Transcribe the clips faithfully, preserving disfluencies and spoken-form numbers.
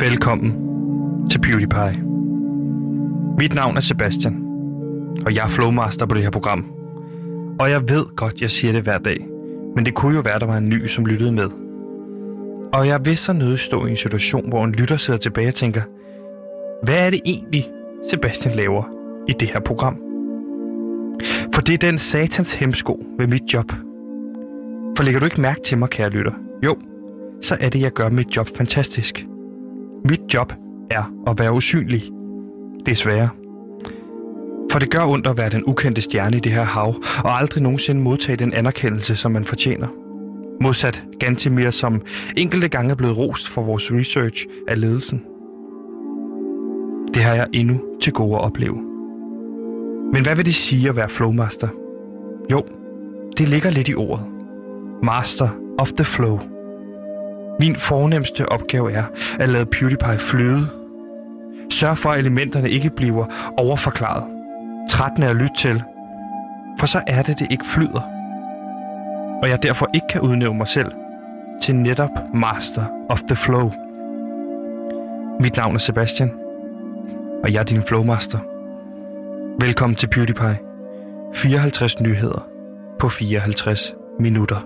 Velkommen til PewDiePie. Mit navn er Sebastian, og jeg er flowmaster på det her program. Og jeg ved godt, jeg siger det hver dag, men det kunne jo være, der var en ny, som lyttede med. Og jeg vil så nødig stå i en situation, hvor en lytter sidder tilbage og tænker, hvad er det egentlig, Sebastian laver i det her program? For det er den satans hemsko ved mit job. For lægger du ikke mærke til mig, kære lytter? Jo, så er det, jeg gør mit job fantastisk. Mit job er at være usynlig. Desværre. For det gør ondt at være den ukendte stjerne i det her hav, og aldrig nogensinde modtage den anerkendelse, som man fortjener. Modsat Gantemir, som enkelte gange er blevet rost for vores research af ledelsen. Det har jeg endnu til gode at opleve. Men hvad vil det sige at være flowmaster? Jo, det ligger lidt i ordet. Master of the flow. Min fornemste opgave er at lade PewDiePie flyde. Sørg for, at elementerne ikke bliver overforklaret. Trættende at lytte til. For så er det, det ikke flyder. Og jeg derfor ikke kan udnævne mig selv til netop Master of the Flow. Mit navn er Sebastian, og jeg er din Flowmaster. Velkommen til PewDiePie. fireoghalvtreds nyheder på fireoghalvtreds minutter.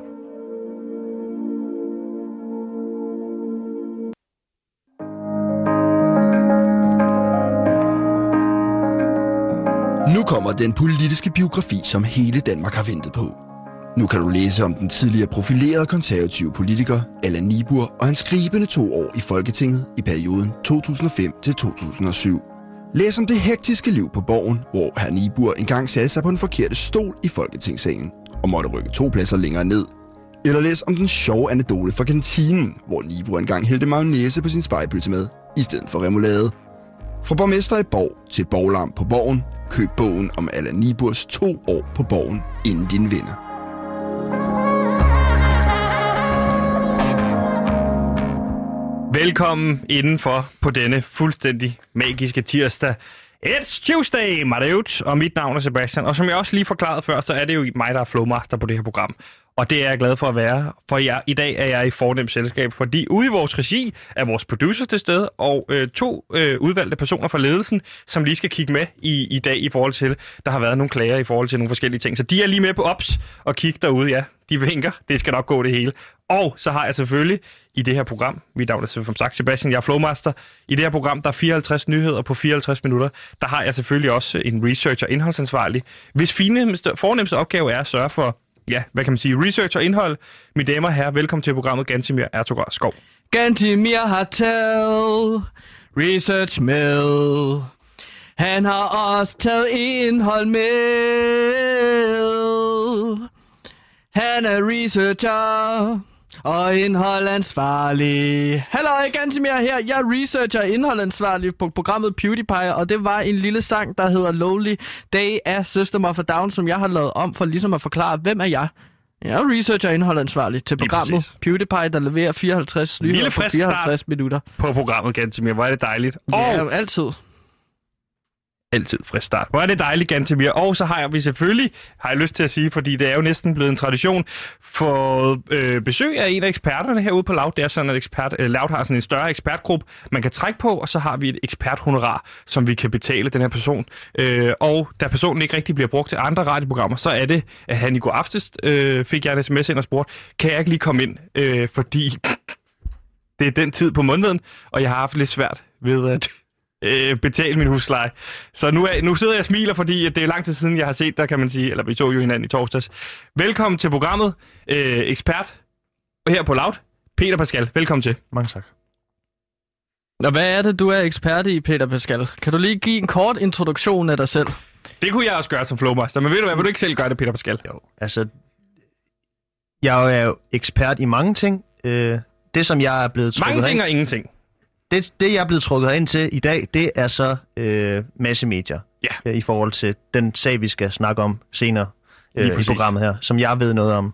Nu kommer den politiske biografi, som hele Danmark har ventet på. Nu kan du læse om den tidligere profilerede konservative politiker Allan Niburg og hans skribende to år i Folketinget i perioden to tusind og fem til to tusind og syv. Læs om det hektiske liv på Borgen, hvor hr. Niburg engang satte sig på den forkerte stol i Folketingssalen og måtte rykke to pladser længere ned. Eller læs om den sjove anekdote fra kantinen, hvor Niburg engang hældte mayonnaise på sin spegepølsemad i stedet for remoulade. Fra borgmester i Borg til borglarm på Borgen, køb bogen om Allan Niburgs to år på Borgen, inden din vinder. Velkommen indenfor på denne fuldstændig magiske tirsdag. It's Tuesday, my dudes, og mit navn er Sebastian. Og som jeg også lige forklarede før, så er det jo mig, der er flowmaster på det her program. Og det er jeg glad for at være, for jeg, i dag er jeg i fornemt selskab, fordi ude i vores regi er vores producer til stede, og øh, to øh, udvalgte personer fra ledelsen, som lige skal kigge med i, i dag i forhold til, der har været nogle klager i forhold til nogle forskellige ting. Så de er lige med på ops og kigge derude, ja, de vinker, det skal nok gå det hele. Og så har jeg selvfølgelig i det her program, mit navn er som sagt Sebastian, jeg er flowmaster, i det her program, der er fireoghalvtreds nyheder på fireoghalvtreds minutter, der har jeg selvfølgelig også en research- og indholdsansvarlig, hvis fornemmeste opgave er at sørge for, ja, hvad kan man sige, research og indhold. Mine damer og herrer, velkommen til programmet Gantemir Ertugård Skov. Gantemir har taget research med. Han har også taget indhold med. Han er researcher og indholdansvarlig. Halløj, Gantemir her. Jeg er researcher og indholdansvarlig på programmet PewDiePie, og det var en lille sang, der hedder Lonely Day af System of a Down, som jeg har lavet om for ligesom at forklare, hvem er jeg? Jeg er researcher og indholdansvarlig til programmet PewDiePie, der leverer fireoghalvtreds nyheder på fireoghalvtreds minutter. På programmet, Gantemir. Hvor er det dejligt. Ja, og altid. Altid frisk start. Hvor er det dejligt, Gantemir. Og så har vi selvfølgelig, har jeg lyst til at sige, fordi det er jo næsten blevet en tradition, for øh, besøg af en af eksperterne herude på Loud. Det er sådan, at ekspert, øh, Loud har sådan en større ekspertgruppe, man kan trække på, og så har vi et eksperthonorar, som vi kan betale den her person. Øh, og da personen ikke rigtig bliver brugt til andre radioprogrammer, så er det, at han i går aftes øh, fik jeg en sms ind og spurgte, kan jeg ikke lige komme ind, øh, fordi det er den tid på måneden, og jeg har haft lidt svært ved at Øh, betale min husleje. Så nu, er, nu sidder jeg og smiler, fordi det er lang tid siden, jeg har set dig, kan man sige. Eller vi så jo hinanden i torsdags. Velkommen til programmet. Øh, ekspert her på Loud. Peter Pascal, velkommen til. Mange tak. Og hvad er det, du er ekspert i, Peter Pascal? Kan du lige give en kort introduktion af dig selv? Det kunne jeg også gøre som flowmaster, men ved du hvad, vil du ikke selv gøre det, Peter Pascal? Jo, altså, jeg er jo ekspert i mange ting. Øh, det, som jeg er blevet trukket Mange ting hen, og ingenting. Det, det, jeg er blevet trukket ind til i dag, det er så øh, massemedier. Ja. Øh, I forhold til den sag, vi skal snakke om senere øh, i præcis. programmet her, som jeg ved noget om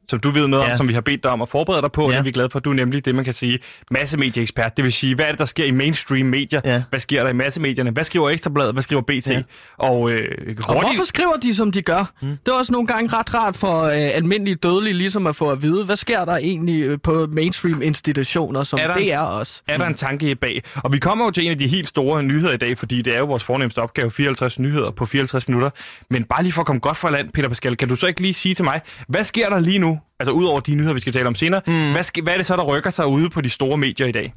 som du ved noget ja. om, som vi har bedt dig om at forberede dig på, ja. Og det er vi glade for. Du er nemlig det, man kan sige, massemedieekspert. Det vil sige, hvad er det, der sker i mainstream medier? Ja. Hvad sker der i massemedierne? Hvad skriver Ekstrabladet? Hvad skriver B T? Ja. Og, øh, og hvorfor skriver de, som de gør? Mm. Det er også nogle gange ret rart for øh, almindelige dødelige ligesom at få at vide, hvad sker der egentlig på mainstream-institutioner, som er der, det er også? Er der en tanke bag? Og vi kommer jo til en af de helt store nyheder i dag, fordi det er jo vores fornemmeste opgave, fireoghalvtreds nyheder på fireoghalvtreds minutter. Men bare lige for at komme godt fra land, Peter Pascal, kan du så ikke lige sige til mig, hvad sker der lige nu? Altså udover de nyheder, vi skal tale om senere. Mm. Hvad, sk- hvad er det så, der rykker sig ude på de store medier i dag?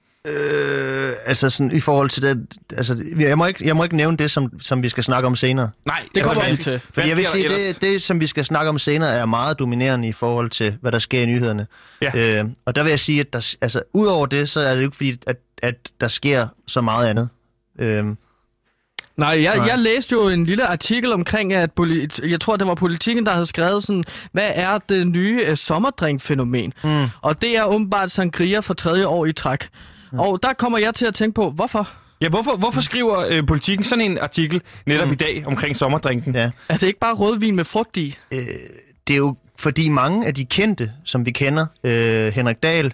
Øh, altså sådan i forhold til det, altså jeg må ikke, jeg må ikke nævne det, som, som vi skal snakke om senere. Nej, det kommer vi til. Fordi jeg vil sige, det, det, som vi skal snakke om senere, er meget dominerende i forhold til, hvad der sker i nyhederne. Ja. Øh, og der vil jeg sige, at der, altså udover det, så er det jo ikke fordi, at, at der sker så meget andet. Øh, Nej, jeg, Nej, jeg læste jo en lille artikel omkring, at politi- jeg tror, det var Politikken, der havde skrevet sådan, hvad er det nye uh, sommerdrinkfænomen? Mm. Og det er åbenbart sangria for tredje år i træk. Mm. Og der kommer jeg til at tænke på, hvorfor? Ja, hvorfor, hvorfor skriver øh, Politikken sådan en artikel netop mm. i dag omkring sommerdrinken? Ja. Er det ikke bare rødvin med frugt i? Øh, det er jo fordi mange af de kendte, som vi kender, øh, Henrik Dahl,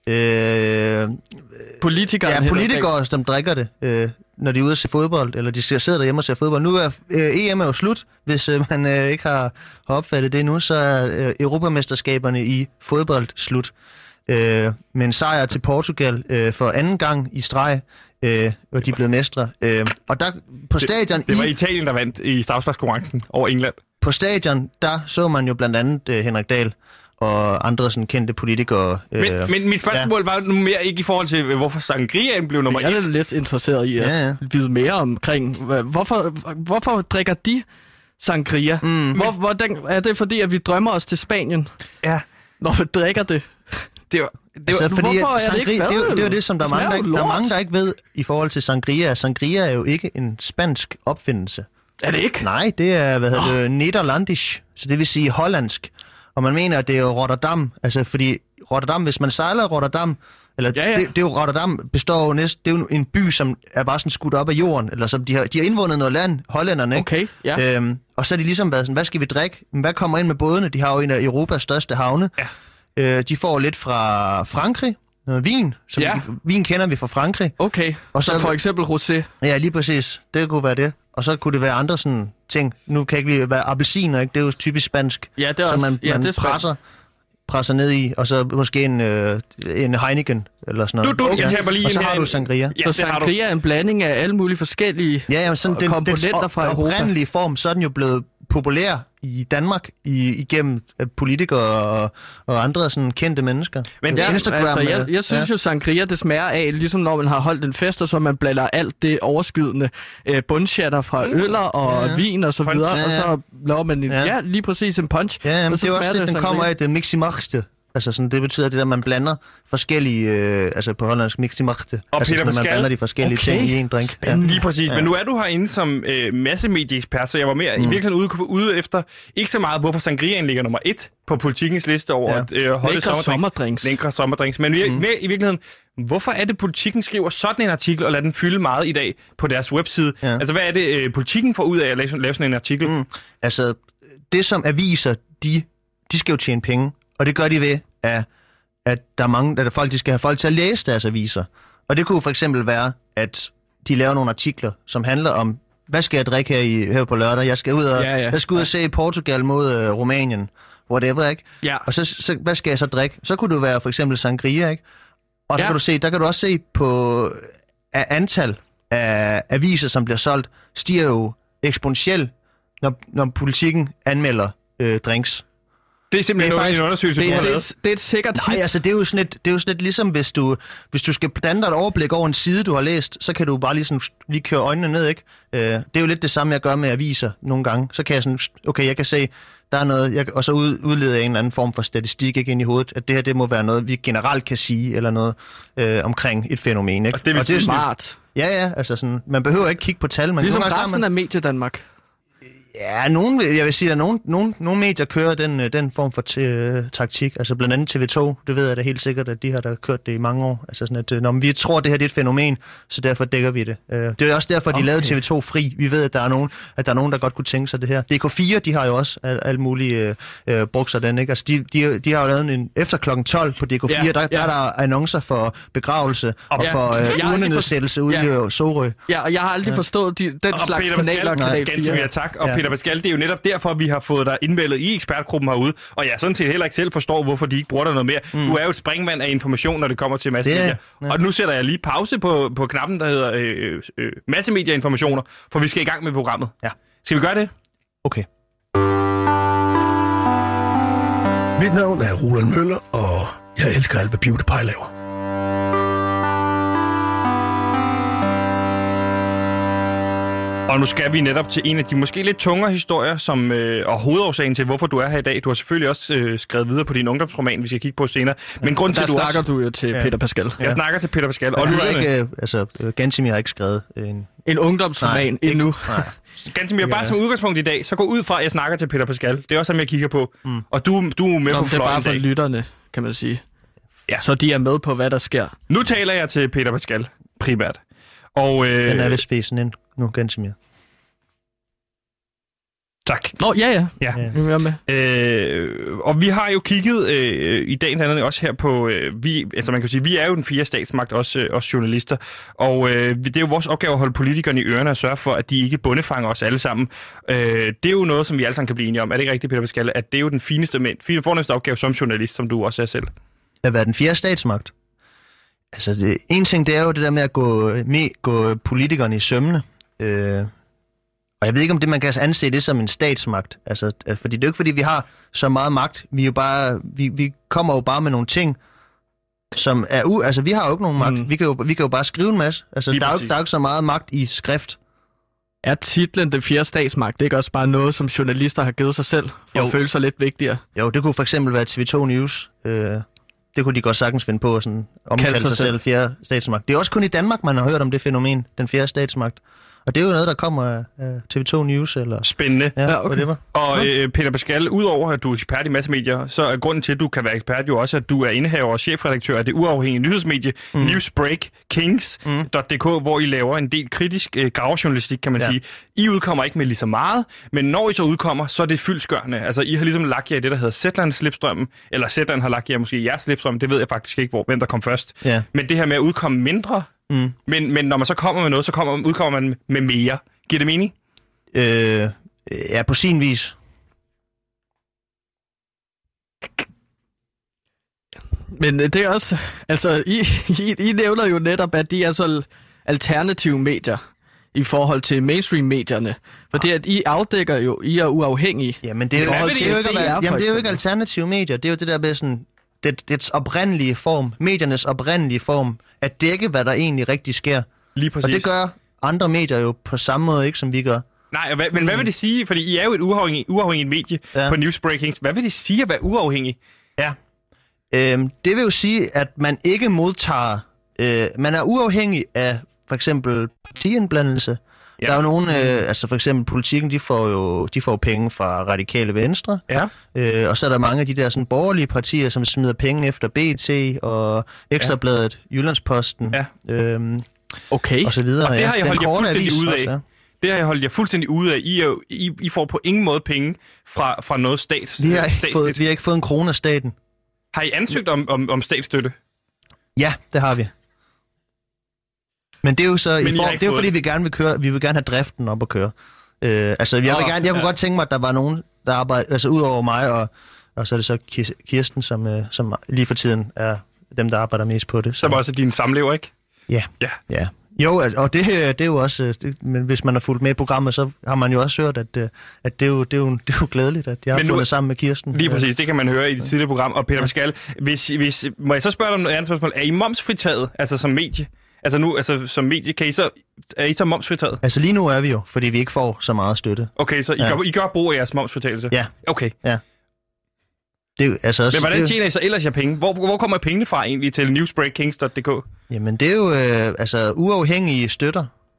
øh, politikere, ja, politikere, som drikker det, øh, når de er ude at se fodbold, eller de sidder derhjemme og ser fodbold. Nu er øh, E M er jo slut, hvis øh, man øh, ikke har, har opfattet det nu, så er øh, Europamesterskaberne i fodbold slut. Øh, med en sejr til Portugal øh, for anden gang i streg, øh, og de er blevet mestre. Øh, og der på stadion... Det, det var i, Italien, der vandt i straffesparkskonkurrencen over England. På stadion, der så man jo blandt andet øh, Henrik Dahl og andre sådan kendte politikere. Øh, men, men mit spørgsmål ja. var nu mere ikke i forhold til, hvorfor sangriaen blev nummer et. Jeg er lidt interesseret i at ja, ja. vide mere omkring, hvorfor, hvorfor drikker de sangria? Mm. Hvor, hvor den, er det fordi, at vi drømmer os til Spanien, ja. når vi drikker det? Det var, det var, altså, fordi hvorfor er det ikke sangria, det, er, det er jo det, som der er, mange, der, der er mange, der ikke ved i forhold til sangria. Sangria er jo ikke en spansk opfindelse. Er det ikke? Nej, det er, hvad hedder oh. det, nederlandisk, så det vil sige hollandsk. Og man mener, at det er Rotterdam, altså fordi Rotterdam, hvis man sejler Rotterdam, eller ja, ja. Det, det er jo Rotterdam består jo næsten, det er jo en by, som er bare sådan skudt op af jorden, eller så de har, de har indvundet noget land, hollænderne, ikke? Okay, ja. Øhm, og så er de ligesom været sådan, hvad skal vi drikke? Hvad kommer ind med bådene? De har jo en af Europas største havne. Ja. Øh, de får lidt fra Frankrig, noget vin, som ja. de, vin kender vi fra Frankrig. Okay, og så, så for eksempel rosé. Ja, lige præcis. Det kunne være det. Og så kunne det være andre sådan ting. Nu kan ikke lige være appelsiner, ikke? Det er jo typisk spansk. Ja, det er så også, man, ja, man det er presser, presser ned i, og så måske en, øh, en Heineken eller sådan noget. Du, du, okay. jeg lige og så har en... du sangria. Ja, så sangria er en blanding af alle mulige forskellige ja, ja, sådan den, komponenter den, fra Europa. I oprindelige form, så er den jo blevet populær i Danmark i, igennem politikere og, og andre sådan kendte mennesker. Men ja, Instagram, altså, jeg, jeg synes ja. jo, sangria det smager af, ligesom når man har holdt en fest, og så man blander alt det overskydende øh, bundshatter fra mm. øller og ja. vin og så videre, ja. og så laver man en, ja. ja, lige præcis en punch. Ja, jamen, det er også det, den sangria. Kommer af det miximachste. Altså sådan, det betyder det der, man blander forskellige, øh, altså på hollandsk, miximachste. Og altså Peter sådan, man blander de forskellige okay. ting i en drink. Ja. Lige præcis, ja. Men nu er du herinde som øh, massemedieekspert, så jeg var mere mm. i virkeligheden ude, ude efter, ikke så meget, hvorfor sangriaen ligger nummer et på Politikens liste over ja. øh, højde sommerdrinks. Længere sommerdrinks. Men mm. mere, i virkeligheden, hvorfor er det, Politikken skriver sådan en artikel, og lader den fylde meget i dag på deres webside? Ja. Altså, hvad er det, øh, Politikken får ud af at lave, lave sådan en artikel? Mm. Altså, det som aviser, de, de skal jo tjene penge, og det gør de ved, at at der er mange, at folk, de skal have folk til at læse deres aviser. Og det kunne for eksempel være, at de laver nogle artikler, som handler om, hvad skal jeg drikke her, i, her på lørdag? Jeg skal ud og, ja, ja. Jeg skal ud og se Portugal mod uh, Rumænien, whatever, ikke? Ja. Og så, så, hvad skal jeg så drikke? Så kunne det være for eksempel sangria, ikke? Og der, ja. kan du se, der kan du også se på at antal af aviser, som bliver solgt, stiger jo eksponentielt, når, når Politikken anmelder øh, drinks. Det er simpelthen noget, en undersøgelse, det, du har det, lavet. Det er et sikkert Nej, altså det er jo sådan et, det er jo sådan et ligesom hvis du, hvis du skal danne dig et overblik over en side, du har læst, så kan du bare lige, sådan, lige køre øjnene ned, ikke? Uh, det er jo lidt det samme, jeg gør med aviser nogle gange. Så kan jeg sådan, okay, jeg kan se, der er noget, jeg, og så ud, udleder jeg en eller anden form for statistik ikke ind i hovedet, at det her, det må være noget, vi generelt kan sige, eller noget øh, omkring et fænomen, ikke? Og det er, og det er smart. Ja, ja, altså sådan, man behøver ikke kigge på tal. Man ligesom resten af Mediedanmark. Ja, nogen, jeg vil sige, at nogen, nogen, nogle medier kører den, den form for t- taktik. Altså blandt andet T V to, det ved jeg da helt sikkert, at de har der kørt det i mange år. Altså sådan, at når vi tror, at det her det er et fænomen, så derfor dækker vi det. Det er også derfor, de okay. lavede T V to fri. Vi ved, at der er nogen, at der er nogen, der godt kunne tænke sig det her. D K fire, de har jo også alt muligt øh, brugt sig den, ikke? Altså de, de, de har jo lavet en efter klokken tolv på D K fire, ja, der, ja. der er der annoncer for begravelse og ja. for øh, urnenedsættelse for... ude ja. i Sorø. Ja, og jeg har aldrig ja. forstået de, den og slags Peter kanaler og Kanal fire. Ja, tak. Og ja. Peter Pascal, det er jo netop derfor, vi har fået dig indvældet i ekspertgruppen herude, og jeg sådan set heller ikke selv forstår, hvorfor de ikke bruger dig noget mere. Mm. Du er jo et springvand af information, når det kommer til massemedier. Ja. Og nu sætter jeg lige pause på, på knappen, der hedder øh, øh, massemedieinformationer, for vi skal i gang med programmet. Ja. Skal vi gøre det? Okay. Mit navn er Roland Møller, og jeg elsker alt, hvad PewDiePie laver. Og nu skal vi netop til en af de måske lidt tungere historier, som, øh, og hovedårsagen til, hvorfor du er her i dag. Du har selvfølgelig også øh, skrevet videre på din ungdomsroman, vi skal kigge på senere. Men grund til, der du snakker også... du jo til ja. Peter Pascal. Jeg ja. snakker til Peter Pascal. Og du har ikke, øh, altså, Gantimir har ikke skrevet en... En ungdomsroman nej, endnu. Nej. Gantimir, bare som udgangspunkt i dag, så gå ud fra, at jeg snakker til Peter Pascal. Det er også, som jeg kigger på. Mm. Og du, du er med Nå, på fløjen i dag. det er bare for lytterne, kan man sige. Ja. Så de er med på, hvad der sker. Nu taler jeg til Peter Pascal, primært. Og, øh... Den er vist fæsen ind nu, Gantimir. Tak. Nå, ja, ja. ja. Vi er med. Øh, og vi har jo kigget øh, i dagens andet også her på, øh, vi, altså man kan sige, vi er jo den fire statsmagt, også, øh, også journalister, og øh, det er jo vores opgave at holde politikerne i ørerne og sørge for, at de ikke bundefanger os alle sammen. Øh, det er jo noget, som vi alle sammen kan blive enige om. Er det ikke rigtigt, Peter Pascal, at det er jo den fineste, men, fornemmeste opgave som journalist, som du også er selv? At være den fjerde statsmagt? Altså, det, en ting, det er jo det der med at gå, med, gå politikerne i sømmene. Øh, Og jeg ved ikke, om det, man kan anse det som en statsmagt. Altså, fordi det er jo ikke, fordi vi har så meget magt. Vi, er jo bare, vi, vi kommer jo bare med nogle ting, som er u... Altså, vi har jo ikke nogen magt. Mm. Vi, kan jo, vi kan jo bare skrive en masse. Altså, der er, jo, der er jo ikke så meget magt i skrift. Er titlen Det fjerde statsmagt ikke også bare noget, som journalister har givet sig selv, for jo. at føle sig lidt vigtigere? Jo, det kunne for eksempel være T V to News. Øh, det kunne de godt sagtens finde på at sådan, omkalde sig, sig selv fjerde statsmagt. Det er også kun i Danmark, man har hørt om det fænomen, den fjerde statsmagt. Og det er jo noget, der kommer af T V to News, eller... Spændende. Ja, okay. Og øh, Peter Pascal, udover at du er ekspert i massemedier, så er grunden til, at du kan være ekspert jo også, at du er indehaver og chefredaktør af det uafhængige nyhedsmedie mm. Newsbreak Kings punktum d k, mm. hvor I laver en del kritisk øh, gravejournalistik, kan man ja. sige. I udkommer ikke med lige så meget, men når I så udkommer, så er det fyldskørende. Altså, I har ligesom lagt jer i det, der hedder Zetland-slipstrømmen, eller Zetland har lagt jer måske i jeres slipstrøm, det ved jeg faktisk ikke, hvor, hvem der kom først. Ja. Men det her med at udkomme mindre, Mm. Men, men når man så kommer med noget, så kommer, udkommer man med mere. Giver det mening? Øh, ja, på sin vis. Men det er også... Altså, I, I, I nævner jo netop, at de er så alternative medier i forhold til mainstream-medierne. For det, at I afdækker jo, I er uafhængige. Jamen, det er jo, det er jo, ikke, jamen, det er jo ikke alternative medier. Det er jo det der med sådan... Det, dets oprindelige form, mediernes oprindelige form, at dække, hvad der egentlig rigtig sker. Lige præcis. Og det gør andre medier jo på samme måde, ikke, som vi gør. Nej, hvad, men hvad vil det sige? Fordi I er jo et uafhængigt, uafhængigt medie ja. på Newsbreakings. Hvad vil det sige at være uafhængig? Ja, øhm, det vil jo sige, at man ikke modtager... Øh, man er uafhængig af for eksempel partiindblandelse. Ja. Der er jo nogle, øh, altså for eksempel Politikken, de får jo de får penge fra Radikale Venstre. Ja. Øh, og så er der mange af de der sådan borgerlige partier, som smider penge efter B T og Ekstrabladet, ja. Jyllandsposten, ja. øhm, okay. og så videre. Og det har jeg holdt jer fuldstændig ude af. Også, ja. Det har jeg holdt jer fuldstændig ude af. I, er jo, I, I får på ingen måde penge fra, fra noget stats. Vi har, ikke fået, vi har ikke fået en krone af staten. Har I ansøgt om, om, om statsstøtte? Ja, det har vi. Men det er jo så i form, det er jo fordi vi gerne vil køre, vi vil gerne have driften op at køre. Øh, altså jeg vil gerne, jeg kunne ja. godt tænke mig, at der var nogen der arbejder, altså ud over mig og og så er det så Kirsten, som øh, som lige for tiden er dem der arbejder mest på det. Så som også er din samlever, ikke? Ja. Ja. Ja. Jo, og det, det er jo også, det, men hvis man har fulgt med i programmet, så har man jo også hørt, at, at det, er jo, det, er jo, det er jo glædeligt, at jeg har fundet sammen med Kirsten. Lige præcis, det kan man høre i det tidligere program. Og Peter Pascal, hvis, hvis, må jeg så spørge dig om noget andet spørgsmål? Er I momsfritaget, altså som medie? Altså nu, altså som medie, kan I så, er I så momsfritaget? Altså lige nu er vi jo, fordi vi ikke får så meget støtte. Okay, så I, ja. gør, I gør brug af jeres momsfritagelse? Ja. Okay. Ja. Det er, altså også, men hvordan det, tjener I så ellers jer penge? Hvor, hvor kommer pengene fra egentlig til newsbreak kings punktum d k? Jamen det er jo øh, altså uafhængige støtter.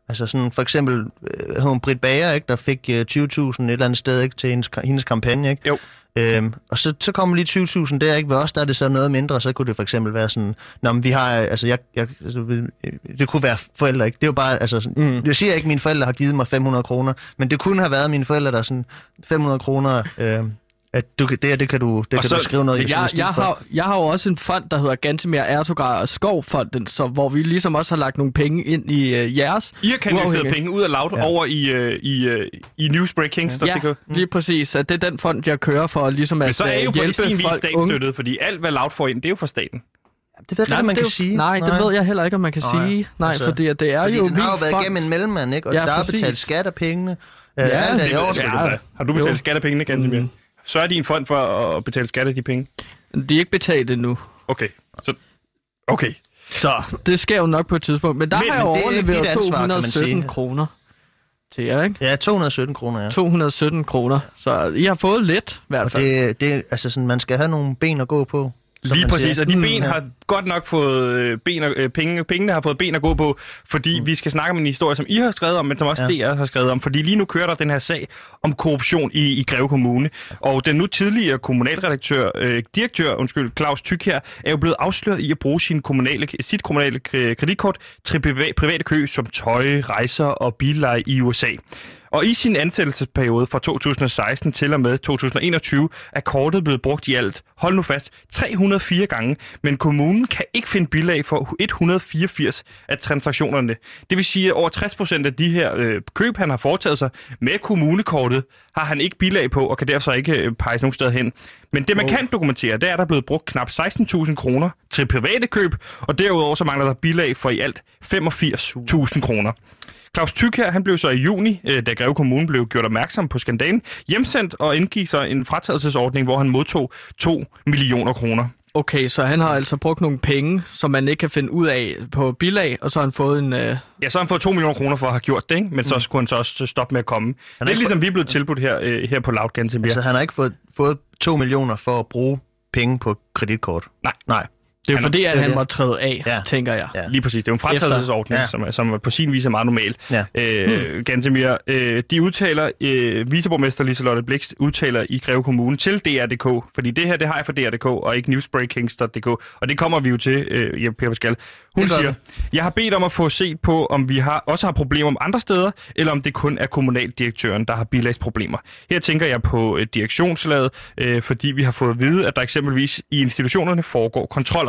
Altså sådan for eksempel øh, hun Britt Bager, ikke, der fik øh, tyve tusind et eller andet sted, ikke, til hendes, hendes kampagne, ikke? Jo. Øhm, og så, så kommer lige tyve tusind der, ikke? Ved os, der er det så noget mindre, så kunne det for eksempel være sådan, nå, men vi har, altså, jeg, jeg, altså, det kunne være forældre, ikke? Det er jo bare, altså, sådan, mm. jeg siger ikke, at mine forældre har givet mig fem hundrede kroner, men det kunne have været mine forældre, der sådan fem hundrede kroner, øh, at du, det, det kan du, det kan så, du skrive noget i. Jeg, jeg, har, jeg har jo også en fond, der hedder Gantemir Ertugrar og Skovfonden, så, hvor vi ligesom også har lagt nogle penge ind i uh, jeres. I har kanaliseret penge ud af Loud ja. over i, uh, i, uh, i Newsbreaking. Ja, ja mm. lige præcis. Det er den fond, jeg kører for ligesom at Men så er uh, jo hjælpe på sin vis folk statsstøttet, unge. fordi alt, hvad Loud får ind, det er jo fra staten. Det ved jeg ikke, man kan sige. Nej, det ved jeg heller ikke, om man kan nej. sige. Nej, altså, fordi det er fordi jo den har jo været fond. igennem en mellemmand, ikke? Og ja, der er betalt skat af pengene. Ja, uh, det, er det, det, ja. Har du betalt jo. skat af pengene, Gantemir? Mm. Så er din fond for at betale skat af de penge? De er ikke betalt endnu. Okay, så... Okay. Så det sker jo nok på et tidspunkt. Men der men, har jeg overleveret to hundrede og sytten kroner til jer, ikke? Ja, to hundrede og sytten kroner, ja. to hundrede og sytten kroner. Så I har fået lidt, i hvert fald. Det, det, altså sådan, man skal have nogle ben at gå på. Lige præcis, og de ben har godt nok fået ben og, øh, penge, pengene har fået ben at gå på, fordi mm. vi skal snakke om en historie, som I har skrevet om, men som også ja. D R har skrevet om, fordi lige nu kører der den her sag om korruption i, i Greve Kommune, og den nu tidligere kommunalredaktør, øh, direktør, undskyld, Claus Thykier, er jo blevet afsløret i at bruge sin kommunale, sit kommunale kreditkort til private køb som tøj, rejser og billeje i U S A. Og i sin ansættelsesperiode fra to tusind og seksten til og med to tusind og enogtyve er kortet blevet brugt i alt, hold nu fast, tre hundrede og fire gange, men kommunen kan ikke finde bilag for et hundrede og fireogfirs af transaktionerne. Det vil sige, at over tres procent af de her øh, køb, han har foretaget sig med kommunekortet, har han ikke bilag på og kan derfor ikke øh, peges nogen sted hen. Men det, man oh. kan dokumentere, det er, at der er blevet brugt knap seksten tusind kroner til private køb, og derudover så mangler der bilag for i alt femogfirs tusind kroner. Claus Thykier, han blev så i juni, da Greve Kommune blev gjort opmærksom på skandalen, hjemsendt og indgik sig en fratagelsesordning, hvor han modtog to millioner kroner. Okay, så han har altså brugt nogle penge, som man ikke kan finde ud af på bilag, og så har han fået en... Uh... Ja, så har han fået to millioner kroner for at have gjort det, ikke? Men mm. så skulle han så også stoppe med at komme. Det er ligesom fået... vi er blevet tilbudt her, uh, her på Loud Gantemir. Altså, han har ikke fået, fået to millioner for at bruge penge på kreditkort? Nej. Nej. Det er jo fordi, at han må træde af, ja. tænker jeg. Ja. Lige præcis. Det er jo en fratrædelsesordning, ja. som, som på sin vis er meget normal. Ja. Øh, mm. Gantemir, øh, de udtaler, øh, viceborgmester Liselotte Blixt udtaler i Greve Kommune til D R punktum d k, fordi det her, det har jeg for D R punktum d k, og ikke newsbreakings punktum d k, og det kommer vi jo til, øh, Jeppe Pascal. Hun siger, det. jeg har bedt om at få set på, om vi har, også har problemer om andre steder, eller om det kun er kommunaldirektøren, der har bilagsproblemer. Her tænker jeg på øh, direktionslaget, øh, fordi vi har fået at vide, at der eksempelvis i institutionerne foregår kontroller.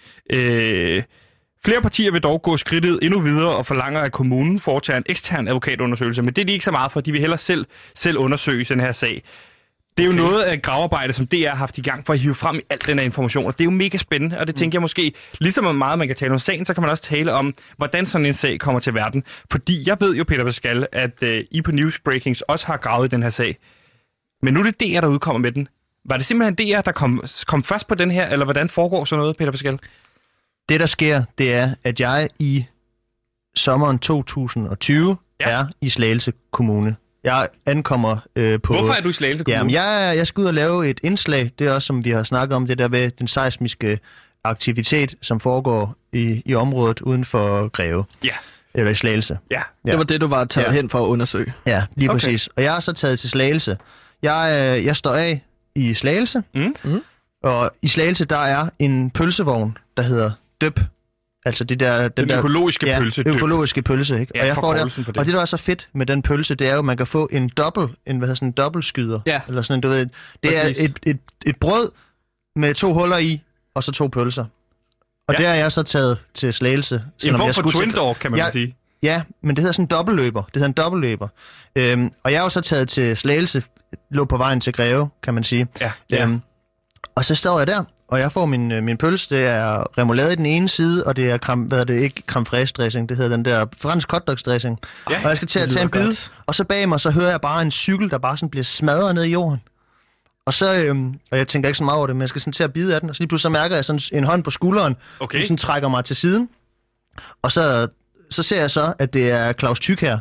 Øh, flere partier vil dog gå skridtet endnu videre og forlanger, at kommunen foretager en ekstern advokatundersøgelse, men det er de ikke så meget for, de vil hellere selv, selv undersøge den her sag. Det er okay. jo noget af gravearbejde, som D R har haft i gang for at hive frem i al den her information, og det er jo mega spændende, og det tænker jeg måske, ligesom meget man kan tale om sagen, så kan man også tale om, hvordan sådan en sag kommer til verden. Fordi jeg ved jo, Peter Pascal, at uh, I på Newsbreakings også har gravet i den her sag. Men nu er det D R, der udkommer med den. Var det simpelthen D R, der kom, kom først på den her, eller hvordan foregår sådan noget, Peter Pascal? Det, der sker, det er, at jeg i sommeren to tusind og tyve ja. er i Slagelse Kommune. Jeg ankommer øh, på... Hvorfor er du i Slagelse Kommune? Jamen, jeg, jeg skal ud og lave et indslag. Det er også, som vi har snakket om, det der med den seismiske aktivitet, som foregår i, i området uden for Greve. Ja. Eller i Slagelse. Ja. ja. Det var det, du var taget ja. hen for at undersøge. Ja, lige okay. præcis. Og jeg er så taget til Slagelse. Jeg, øh, jeg står af i Slagelse. Mm. Mm. Og i Slagelse, der er en pølsevogn, der hedder Døb. Altså det der, den, den der økologiske ja, pølse. Den økologiske pølse, ikke? Ja, og jeg får der, det. og det der er så fedt med den pølse, det er jo, at man kan få en dobbelt, en hvad hedder sådan en dobbeltskyder, ja. eller sådan en, du ved. Det er et, et, et brød med to huller i og så to pølser. Og ja. der er jeg så taget til Slagelse. En form for twin dog, kan man jeg, sige. Ja, men det hedder sådan en dobbeltløber. Det hedder en dobbeltløber. Øhm, og jeg er jo så taget til Slagelse, lå på vejen til Greve, kan man sige. Ja. Ja. Øhm, og så står jeg der. Og jeg får min, min pølse, det er remoulade i den ene side, og det er, creme, hvad er det, ikke creme fraiche dressing, det hedder den der fransk hotdogs dressing. Ja, og jeg skal til at tage en bid, godt. Og så bag mig, så hører jeg bare en cykel, der bare sådan bliver smadret ned i jorden. Og så, øhm, og jeg tænker ikke så meget over det, men jeg skal sådan til at bide af den, og så lige pludselig så mærker jeg sådan en hånd på skulderen, okay. og sådan trækker mig til siden. Og så, så ser jeg så, at det er Claus Thykier,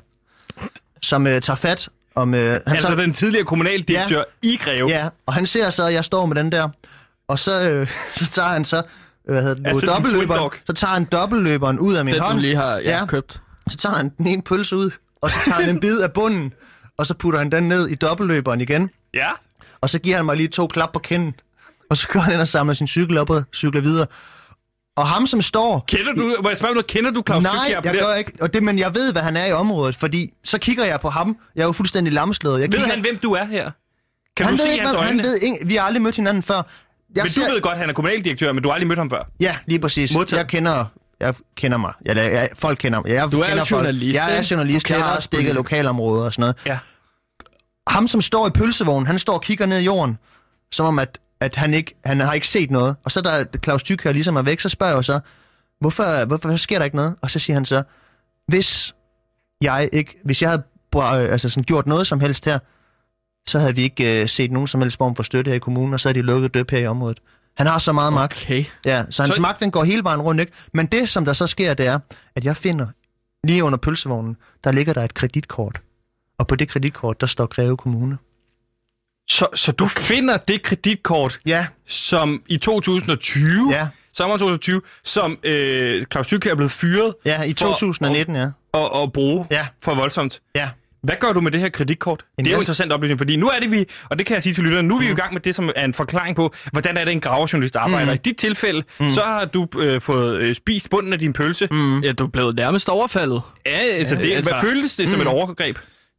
som øh, tager fat om... Øh, han altså tager, den tidligere kommunaldirektør ja, i Greve. Ja, og han ser så, at jeg står med den der... Og så, øh, så tager han så, hvad hedder det, altså, dobbeltløberen, så tager han dobbeltløberen ud af min den, hånd. Den du lige har ja, ja. købt. Så tager han den ene pølse ud, og så tager han en bid af bunden, og så putter han den ned i dobbeltløberen igen. Ja. Og så giver han mig lige to klap på kinden. Og så går han ind og samler sin cykel op og cykler videre. Og ham, som står... Kender du, må jeg spørge dig, kender du Claus Nej, Thykier? jeg gør ikke. Og det, men jeg ved, hvad han er i området, fordi så kigger jeg på ham. Jeg er jo fuldstændig lamslået. Jeg Ved kigger... han, hvem du er her? Kan han du ved se ikke, hans hvad, øjne? han ved ikke, vi har aldrig mødt hinanden før. Jeg Men ser... du ved godt, at han er kommunaldirektør, men du har aldrig mødt ham før. Ja, lige præcis. Modtaget. Jeg kender... Jeg kender mig. Jeg, jeg, folk kender mig. Jeg Du er kender jo journalist, folk. Jeg er ikke? journalist. Du Jeg kender har også dækket lokalområder og sådan noget. Ja. Ham, som står i pølsevognen, han står og kigger ned i jorden, som om, at, at han, ikke, han har ikke set noget. Og så da Claus Thykier ligesom er væk, så spørger jeg jo så, hvorfor, hvorfor sker der ikke noget? Og så siger han så, hvis jeg ikke, hvis jeg havde altså sådan, gjort noget som helst her, så havde vi ikke uh, set nogen som helst form for støtte her i kommunen, og så havde de lukket døb her i området. Han har så meget magt. Okay. Ja, så hans Så- magt, den går hele vejen rundt, ikke? Men det, som der så sker, det er, at jeg finder, lige under pølsevognen, der ligger der et kreditkort. Og på det kreditkort, der står Greve Kommune. Så, så du okay. finder det kreditkort, Ja, som i to tusind og tyve, ja, sommer to tusind og tyve, som øh, Claus Thykier er blevet fyret ja, i For- to tusind og nitten, ja. og, og bruge Ja, for voldsomt. ja. Hvad gør du med det her kreditkort? Jamen, Det er jo jeg- interessant oplysning, fordi nu er det vi, og det kan jeg sige til lytterne, nu er vi jo i gang med det, som er en forklaring på, hvordan er det, en gravejournalist arbejder. Mm. I dit tilfælde, mm. så har du øh, fået øh, spist bunden af din pølse. Mm. Ja, du er blevet nærmest overfaldet. Ja, altså, det, altså- hvad føltes det som Mm. et overgreb?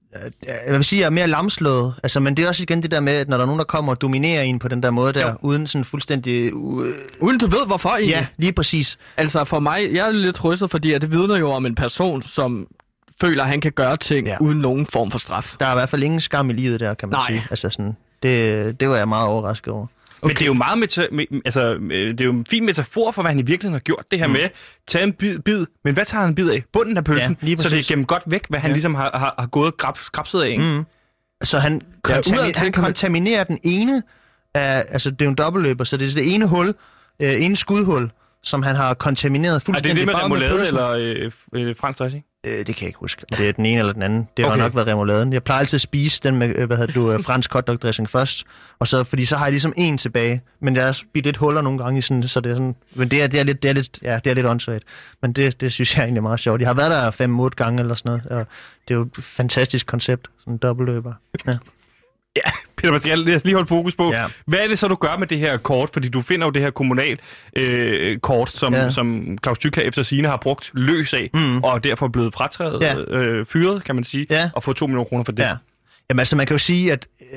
Jeg vil sige, at jeg er mere lamslået. Altså, men det er også igen det der med, at når der er nogen, der kommer og dominerer en på den der måde der, Jo. uden sådan fuldstændig... Uh, Uden du ved, hvorfor egentlig. ja, lige præcis. Altså for mig, jeg er lidt rystet, fordi at det vidner jo om en person, som føler, at han kan gøre ting Ja. ja. uden nogen form for straf. Der er i hvert fald ingen skam i livet der, kan man Nej. sige. Altså sådan, det, det var jeg meget overrasket over. Okay. Men det er jo meget meta- me- altså, øh, det er jo en fin metafor for, hvad han i virkeligheden har gjort. Det her mm. med, tage en bid, bid, men hvad tager han en bid af? Bunden af pølsen, Ja, lige så det er præcis. gennem godt væk, hvad han Ja. ligesom har, har, har gået og grabs, grabset af. Ikke? Mm. Så han, Ja, kontami- udadtil han kan man- kontaminerer den ene af, altså det er jo en dobbeltløber, så det er det ene hul, øh, ene skudhul, som han har kontamineret Er det fuldstændig. det med bare remoulade pølsen. eller øh, øh, fransk dressing? Øh, det kan jeg ikke huske. Det er den ene eller den anden. Det har Okay. nok været remouladen. Jeg plejer altid at spise den med, øh, hvad hedder du, øh, fransk hotdog dressing først, og så, fordi så har jeg ligesom en tilbage. Men jeg har spist lidt huller nogle gange i sådan, så det er sådan, men det er, det er lidt, det er lidt, ja, det er lidt åndssvagt. Men det, det synes jeg egentlig er meget sjovt. Jeg har været der fem, otte gange eller sådan noget, og det er jo et fantastisk koncept, sådan en dobbeltløber. Ja. Ja, Peter Pascal, lad os lige holde fokus på. Ja. Hvad er det så, du gør med det her kort? Fordi du finder jo det her kommunal øh, kort, som, Ja. som Claus Thykier efter sigende har brugt løs af, Mm. og derfor er blevet frataget, Ja. øh, fyret, kan man sige, Ja. og fået to millioner kroner for det. Ja. Jamen altså, man kan jo sige, at øh,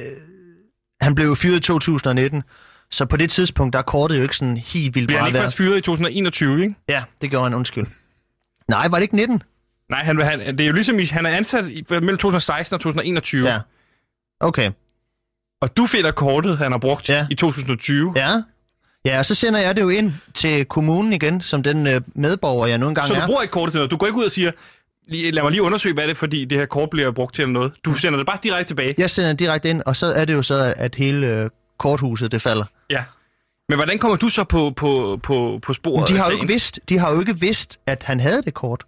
han blev jo fyret i to tusind og nitten, så på det tidspunkt, der er kortet jo ikke sådan helt vildt Bliver han meget ikke værd. først fyret i to tusind og enogtyve, ikke? Ja, det gjorde han, undskyld. Nej, var det ikke nitten? Nej, han, han, det er jo ligesom, han er ansat i, mellem to tusind og seksten og to tusind og enogtyve. Ja. Okay. Og du finder kortet, han har brugt Ja. i to tusind og tyve. Ja. Ja, og så sender jeg det jo ind til kommunen igen, som den øh, medborger, jeg nu engang Så du er. bruger ikke kortet til noget. Du går ikke ud og siger, lige, lad mig lige undersøge, hvad det er, fordi det her kort bliver brugt til eller noget. Du sender det bare direkte tilbage. Jeg sender det direkte ind, og så er det jo så, at hele øh, korthuset, det falder. Ja. Men hvordan kommer du så på, på, på, på sporet? Men de har af jo ikke sagen? vidst, de har jo ikke vidst, at han havde det kort.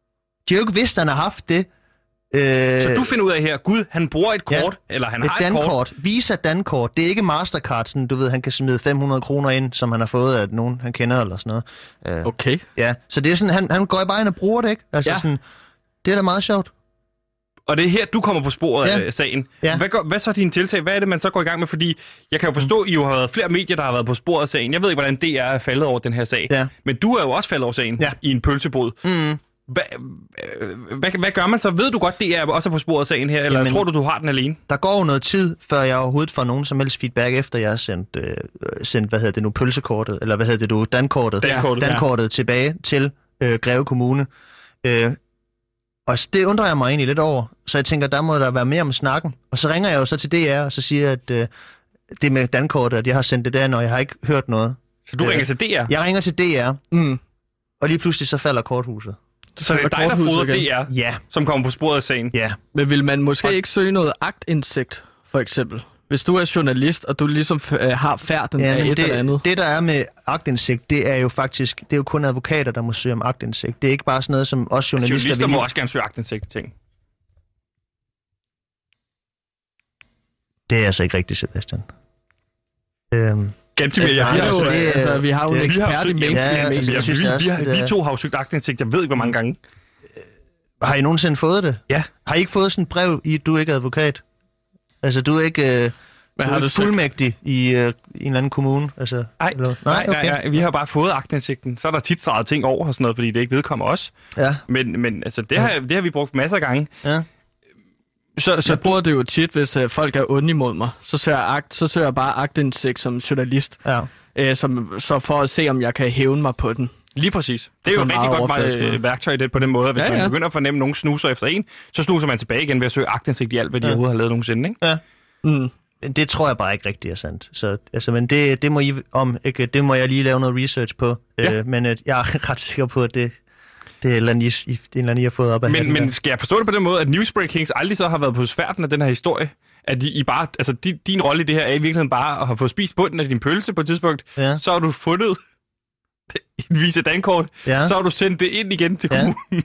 De har jo ikke vidst, at han har haft det. Øh, Så du finder ud af her, gud, han bruger et Ja. kort, eller han et har et kort. dankort. Visa dankort. Det er ikke Mastercard, sådan, du ved, han kan smide fem hundrede kroner ind, som han har fået af nogen, han kender eller sådan noget. Øh, Okay. Ja, så det er sådan, han, han går bare ind og bruger det, ikke? Altså Ja. sådan, det er da meget sjovt. Og det er her, du kommer på sporet Ja. af sagen. Ja. Hvad, gør, hvad så er dine tiltag? Hvad er det, man så går i gang med? Fordi jeg kan jo forstå, at I jo har været flere medier, der har været på sporet af sagen. Jeg ved ikke, hvordan D R er faldet over den her sag. Ja. Men du er jo også faldet over sagen Ja. i en pølsebod. Mm. Hvad, øh, hvad, hvad gør man så? Ved du godt, D R er også på sporet af sagen her? Eller Jamen- tror du, du har den alene? Der går jo noget tid, før jeg overhovedet får nogen som helst feedback, efter jeg har sendt, øh, sendt hvad hedder det nu, pølsekortet, eller hvad hedder det nu, dankortet, Dankortet, ja. dankortet tilbage til øh, Greve Kommune. Øh, og s- det undrer jeg mig egentlig lidt over, så jeg tænker, der må der være mere om snakken. Og så ringer jeg jo så til D R, og så siger jeg, at øh, det med dankortet, at jeg har sendt det der, og jeg har ikke hørt noget. Så du Øh, ringer til D R? Jeg ringer til D R, Mm. og lige pludselig så falder korthuset. Så det er Så dig, der korthuset fodrer igen. D R, Ja, som kommer på sporet af sagen? ja. Men vil man måske ikke søge noget aktindsigt, for eksempel? Hvis du er journalist, og du ligesom f- øh, har færden Ja, af men et det, eller andet. det, der er med aktindsigt, det er jo faktisk, det er jo kun advokater, der må søge om aktindsigt. Det er ikke bare sådan noget, som os journalister... Journalister vil- må også gerne søge aktindsigt i ting. Det er altså ikke rigtigt, Sebastian. Øhm, Ganske mere, Altså, jeg Vi har har jo... jo, det er- altså, vi har jo det en er- Vi har ekspert i søgt- mainstream. Ja, altså, medier. jeg synes vi, også, vi, har, det vi er- to har jo søgt aktindsigt, jeg ved ikke, hvor mange gange. Har I nogensinde fået det? Ja. Har I ikke fået sådan et brev i, at du ikke er advokat? Altså, du er ikke, øh, Hvad du har er du ikke fuldmægtig i øh, en eller anden kommune? Altså, Nej, eller, nej, nej, nej, vi har bare fået aktindsigten. Så er der tit streget ting over og sådan noget, fordi det ikke vedkommer os. Ja. Men, men altså, det, har, det har vi brugt masser af gange. Ja. Så, så Jeg bruger det jo tit, hvis uh, folk er onde imod mig. Så søger, jeg akt, så søger jeg bare aktindsigt som journalist. Ja. Øh, som, så for at se, om jeg kan hævne mig på den. lige præcis. Det er jo Så et rigtig meget godt overfladisk øh, måde. værktøj det på den måde, at hvis Ja, man ja. begynder at fornemme, at nogen snuser efter en, så snuser man tilbage igen ved at søge aktindsigt i alt, hvad de Ja. overhovedet har lavet nogensinde, ikke? Ja. Mm. Men det tror jeg bare ikke rigtig er sandt. Så, altså, men det, det, må I om, ikke? Det må jeg lige lave noget research på. Ja. Øh, men øh, jeg er ret sikker på, at det, det er et eller andet, I, det er en eller andet, I har fået op af Men, hatten men der. skal jeg forstå det på den måde, at Newsbreakings aldrig så har været på sfærten af den her historie? At de, I bare, altså, di, din rolle i det her er i virkeligheden bare at have fået spist bunden af din pølse på et tidspunkt. Ja. Så har du fundet et vise dankort. Ja. Så har du sendt det ind igen til Ja. kommunen.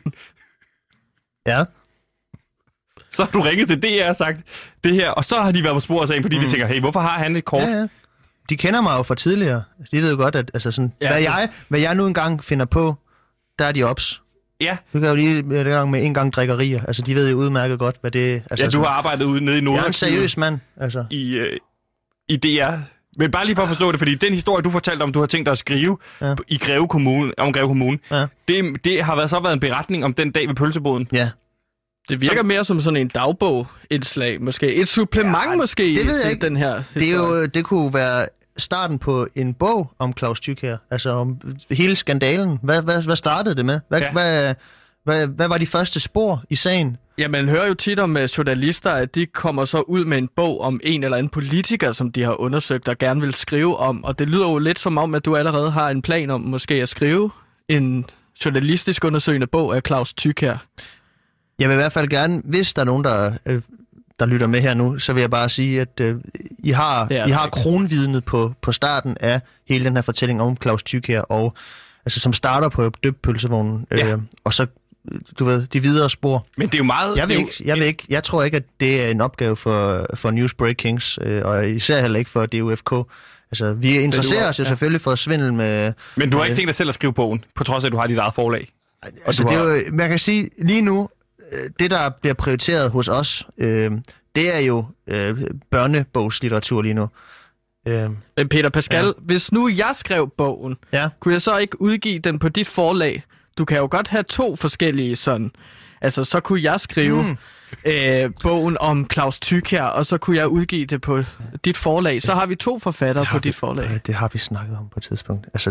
Ja. Så har du ringet til D R og sagt det her, og så har de været på spor af sagen, fordi mm. de tænker, hey, hvorfor har han et kort? Ja, ja. De kender mig jo fra tidligere. De ved jo godt, at altså sådan, Ja, hvad, det- jeg, hvad jeg nu engang finder på, der er de ops. Ja, Du kan jo lige med, gang med en gang drikkerier. Altså, de ved jo udmærket godt, hvad det altså, ja, du har arbejdet ude nede i Jeg er en Nordarkivet seriøs mand, altså. i, øh, i D R. Men bare lige for at forstå det, fordi den historie, du fortalte om, du har tænkt dig at skrive Ja. i Greve Kommune, om Greve Kommune, Ja. det, det har været, så været en beretning om den dag ved pølseboden. Ja. Det virker mere som sådan en dagbog-indslag, måske. Et supplement, Ja, ja, måske, det ved jeg til ikke. den her Det, er historie. jo, det kunne være starten på en bog om Claus Thykier. Altså om hele skandalen. Hvad, hvad, hvad startede det med? Hvad, Ja. ja. hvad, hvad, hvad var de første spor i sagen? Ja, man hører jo tit om uh, journalister, at de kommer så ud med en bog om en eller anden politiker, som de har undersøgt og gerne vil skrive om. Og det lyder jo lidt som om, at du allerede har en plan om måske at skrive en journalistisk undersøgende bog af Claus Thykier. Jeg vil i hvert fald gerne, hvis der er nogen, der, øh, der lytter med her nu, så vil jeg bare sige, at øh, I har, Det er I har rigtigt. kronvidnet på, på starten af hele den her fortælling om Claus Thykier, og altså, som starter på døbpølsevognen, øh, Ja. og så, du ved, de videre spor. Men det er jo meget... Jeg, vil det er jo- ikke, jeg, vil ikke, jeg tror ikke, at det er en opgave for, for Newsbreakings, øh, og især heller ikke for D U F K. Altså, vi interesserer os jo ja. selvfølgelig for at svindle med... Men du har ikke med- tænkt dig selv at skrive bogen, på trods af, at du har dit eget forlag. Altså, du det er har- jo, man kan sige, lige nu, øh, det der bliver prioriteret hos os, øh, det er jo øh, børnebogslitteratur lige nu. Øh, Men Peter Pascal, Ja. ja. hvis nu jeg skrev bogen, ja. kunne jeg så ikke udgive den på dit forlag? Du kan jo godt have to forskellige sådan. Altså, så kunne jeg skrive mm. øh, bogen om Claus Thykier, og så kunne jeg udgive det på dit forlag. Så har vi to forfattere på vi, dit forlag. øh, det har vi snakket om på et tidspunkt. Altså,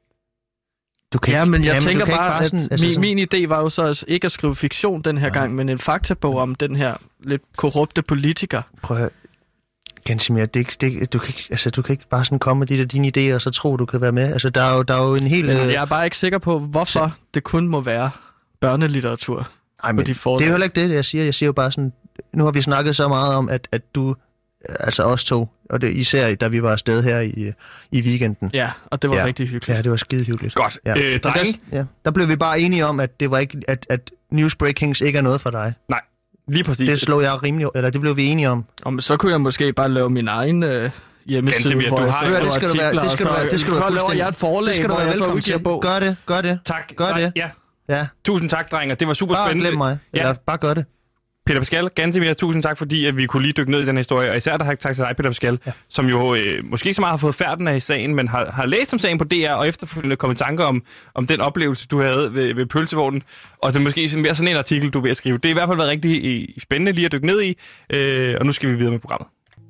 du kan Ja, ikke- men jeg jamen, du tænker kan ikke bare, at sådan- altså min, sådan- min idé var jo så at ikke at skrive fiktion den her Ja. gang, men en faktabog om den her lidt korrupte politiker. Prøv at høre. Gansimir, det, er ikke- det, du, kan ikke, altså, du kan ikke bare sådan komme med de der dine idéer, og så tro, du kan være med. Altså, der er jo, der er jo en hel... Men øh, jeg er bare ikke sikker på, hvorfor det kun må være børnelitteratur Ej, på men dit forlag. det er jo heller ikke det, jeg siger. Jeg siger jo bare sådan, nu har vi snakket så meget om, at, at du, altså os to, og det især da vi var afsted her i, i weekenden. Ja, og det var Ja. rigtig hyggeligt. Ja, det var skide hyggeligt. Godt. Ja. Øh, Men drenge, der, ja, der blev vi bare enige om, at det var ikke, at, at Newsbreakings ikke er noget for dig. lige præcis. Det slog jeg rimelig, eller det blev vi enige om. Om, så kunne jeg måske bare lave min egen øh, hjemmeside, Gantemir, hvor du jeg har- skriver det skal du være- artikler, det skal du og være- så- det skal du være så laver fuldstændig- jeg et forlag, Det skal du hvor være jeg så velkommen udgiver til. bog. Gør det, gør det. Tak. Gør tak. det. Ja. Ja, Tusind tak, drenge. Det var super bare spændende. glem mig. Ja. Eller bare gør det. Peter Pascal, Gantemir, tusind tak, fordi at vi kunne lige dykke ned i den her historie. Og især der har tak til dig, Peter Pascal, ja. som jo øh, måske ikke så meget har fået færden af sagen, men har, har læst om sagen på D R, og efterfølgende kommet i tanke om, om den oplevelse, du havde ved, ved pølsevognen. Og det er måske sådan, mere sådan en artikel, du er ved at skrive. Det er i hvert fald været rigtig øh, spændende lige at dykke ned i, øh, og nu skal vi videre med programmet.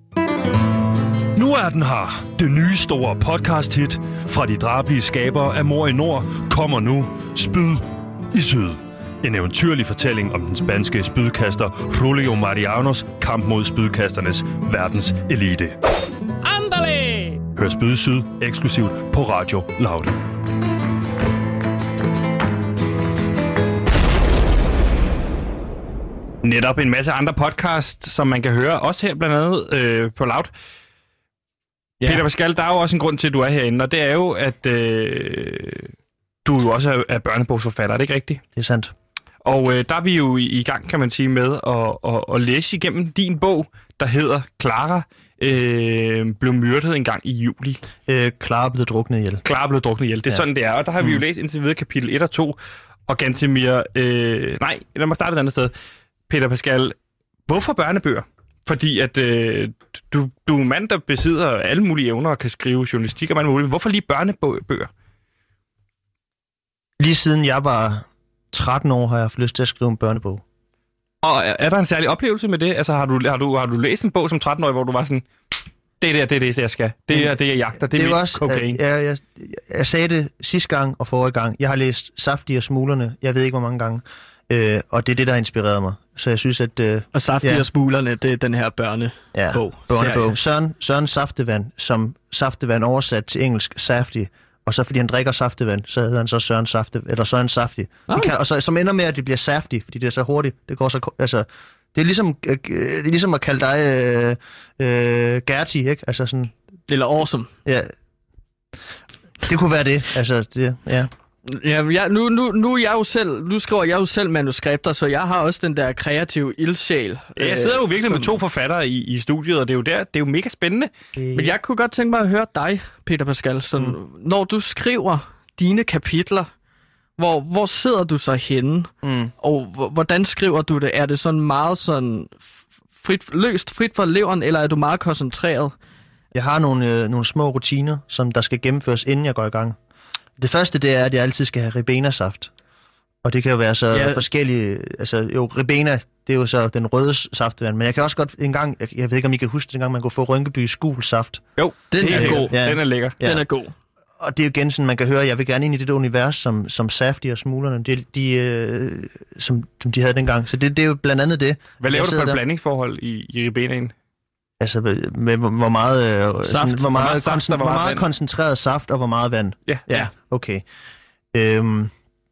Nu er den her. Det nye store podcast-hit fra de drabelige skabere af Mord i Nord kommer nu. Spyd i Syd. En eventyrlig fortælling om den spanske spydkaster Julio Marianos kamp mod spydkasternes verdens elite. Andale! Hør Spyd i Syd eksklusivt på Radio Loud. Netop en masse andre podcasts, som man kan høre, også her blandt andet øh, på Loud. Ja. Peter Pascal, der er jo også en grund til, at du er herinde, og det er jo, at øh, du jo også er, er børnebogsforfatter, er det ikke rigtigt? Det er sandt. Og øh, der er vi jo i, i gang, kan man sige, med at, at, at læse igennem din bog, der hedder Clara øh, blev myrdet en gang i juli. Øh, Clara blev druknet ihjel. Clara blev druknet ihjel. Det er ja. sådan, det er. Og der har vi jo læst indtil videre kapitel et og to. Og Gantemir, øh, nej, lad mig starte et andet sted. Peter Pascal, hvorfor børnebøger? Fordi at øh, du, du er en mand, der besidder alle mulige evner og kan skrive journalistik og alt muligt. Hvorfor lige børnebøger? Lige siden jeg var tretten år, har jeg haft lyst til at skrive en børnebog. Og er, er der en særlig oplevelse med det? Altså har du, har du, har du læst en bog som tretten-årig, hvor du var sådan, det er det, det er det, jeg skal. Det er det, jeg jagter. Det er det mit også, kokain. Jeg, jeg, jeg sagde det sidste gang og forrige gang. Jeg har læst Saftige og Smuglerne, jeg ved ikke, hvor mange gange. Øh, og det er det, der har inspireret mig. Så jeg synes, at... Øh, og Saftige ja. og Smuglerne, det er den her børnebog. Ja, børnebog. Søren, Søren Saftevand, som Saftevand oversat til engelsk Saftig. Og så fordi han drikker saftevand, så hedder han så Søren Safte, eller Søren Saftig. Okay. Kan, og så som ender med, at det bliver saftig, fordi det er så hurtigt. Det går så... Altså, det er ligesom, øh, det er ligesom at kalde dig øh, øh, Gerti, ikke? Altså sådan... Eller awesome. Ja. Det kunne være det. Altså, det, ja. Ja, jeg, nu, nu, nu, er jeg jo selv, nu skriver jeg jo selv manuskripter, så jeg har også den der kreative ildsjæl. Ja, jeg sidder jo virkelig som... med to forfattere i, i studiet, og det er jo der, det er jo mega spændende. Men jeg kunne godt tænke mig at høre dig, Peter Pascal, sådan, mm. når du skriver dine kapitler, hvor, hvor sidder du så henne, mm. og h- hvordan skriver du det? Er det sådan meget sådan frit, løst frit fra leveren, eller er du meget koncentreret? Jeg har nogle, øh, nogle små rutiner, som der skal gennemføres, inden jeg går i gang. Det første, det er, at jeg altid skal have Ribena-saft. Og det kan jo være så ja. forskellige... Altså, jo, Ribena, det er jo så den røde saftevand. Men jeg kan også godt en gang... Jeg, jeg ved ikke, om I kan huske det, en gang man kunne få Rynkebys gul saft. Jo, den er, er god. Ja. Den er lækker. Ja. Den er god. Og det er jo igen sådan, man kan høre, at jeg vil gerne ind i det univers, som, som Saftige og Smuglerne, de, de, øh, som, som de havde dengang. Så det, det er jo blandt andet det. Hvad laver du for et der. blandingsforhold i, i Ribenaen? Altså, med, med hvor meget, øh, saft. Sådan, hvor meget, saft, koncentr- hvor meget koncentreret saft og hvor meget vand. Ja. Ja, okay. Øhm,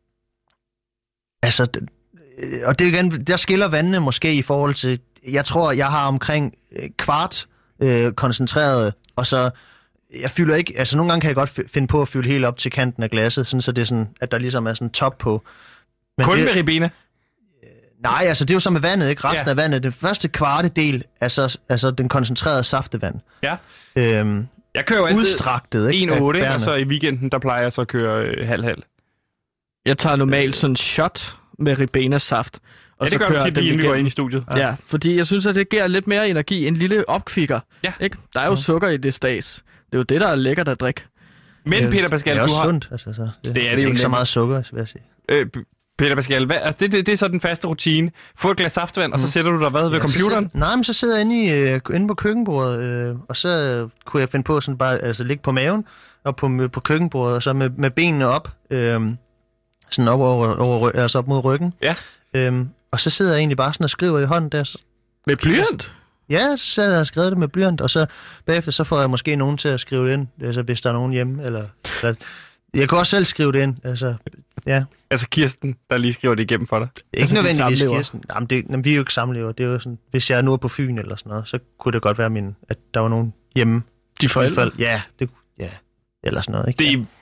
altså, og det er igen, der skiller vandene måske i forhold til, jeg tror, jeg har omkring kvart øh, koncentreret, og så, jeg fylder ikke, altså nogle gange kan jeg godt finde på at fylde helt op til kanten af glasset, sådan så det er sådan, at der ligesom er sådan top på. Men kun det, med Ribena? Nej, altså det er jo så med vandet, ikke? Resten ja. af vandet. Den første kvarte del er så altså den koncentrerede saftevand. Ja. Øhm, jeg kører jo altid udstraktet, ikke? en komma otte, og så i weekenden, der plejer jeg så at køre øh, halv-halv. Jeg tager normalt sådan en shot med Ribena-saft. Og ja, det så gør kører du tit, inden vi går ind i studiet. Ja. ja, fordi jeg synes, at det giver lidt mere energi. En lille opkvikker. Ja. Ikke? Der er jo ja. sukker i det stads. Det er jo det, der er lækkert at drikke. Men Peter Pascal, det er også du har... sundt. Altså, så. Det, det er det jo ikke så meget sukker, vil jeg sige. Øh, Peter Pascal, hvad, altså det, det, det er så den faste rutine. Få et glas saftvand, mm. og så sætter du dig hvad ved ja, computeren? Så, nej, men så sidder jeg inde, i, øh, inde på køkkenbordet, øh, og så øh, kunne jeg finde på sådan bare altså ligge på maven og på, på køkkenbordet, og så med, med benene op, øh, sådan op, over, over, altså op mod ryggen. Ja. Øh, og så sidder jeg egentlig bare sådan og skriver i hånden der. Så, med blyant? Ja, så sidder jeg og skrevet det med blyant, og så bagefter så får jeg måske nogen til at skrive det ind, altså hvis der er nogen hjemme, eller... eller jeg kan også selv skrive det ind, altså, ja. Altså Kirsten, der lige skriver det igennem for dig? Ikke altså, nødvendigvis Kirsten. Jamen, det, jamen, vi er jo ikke samlever. Det er jo sådan, hvis jeg nu er på Fyn eller sådan noget, så kunne det godt være, min, at der var nogen hjemme. De forældre? Ja, det, ja, eller sådan noget. Ikke? Det er...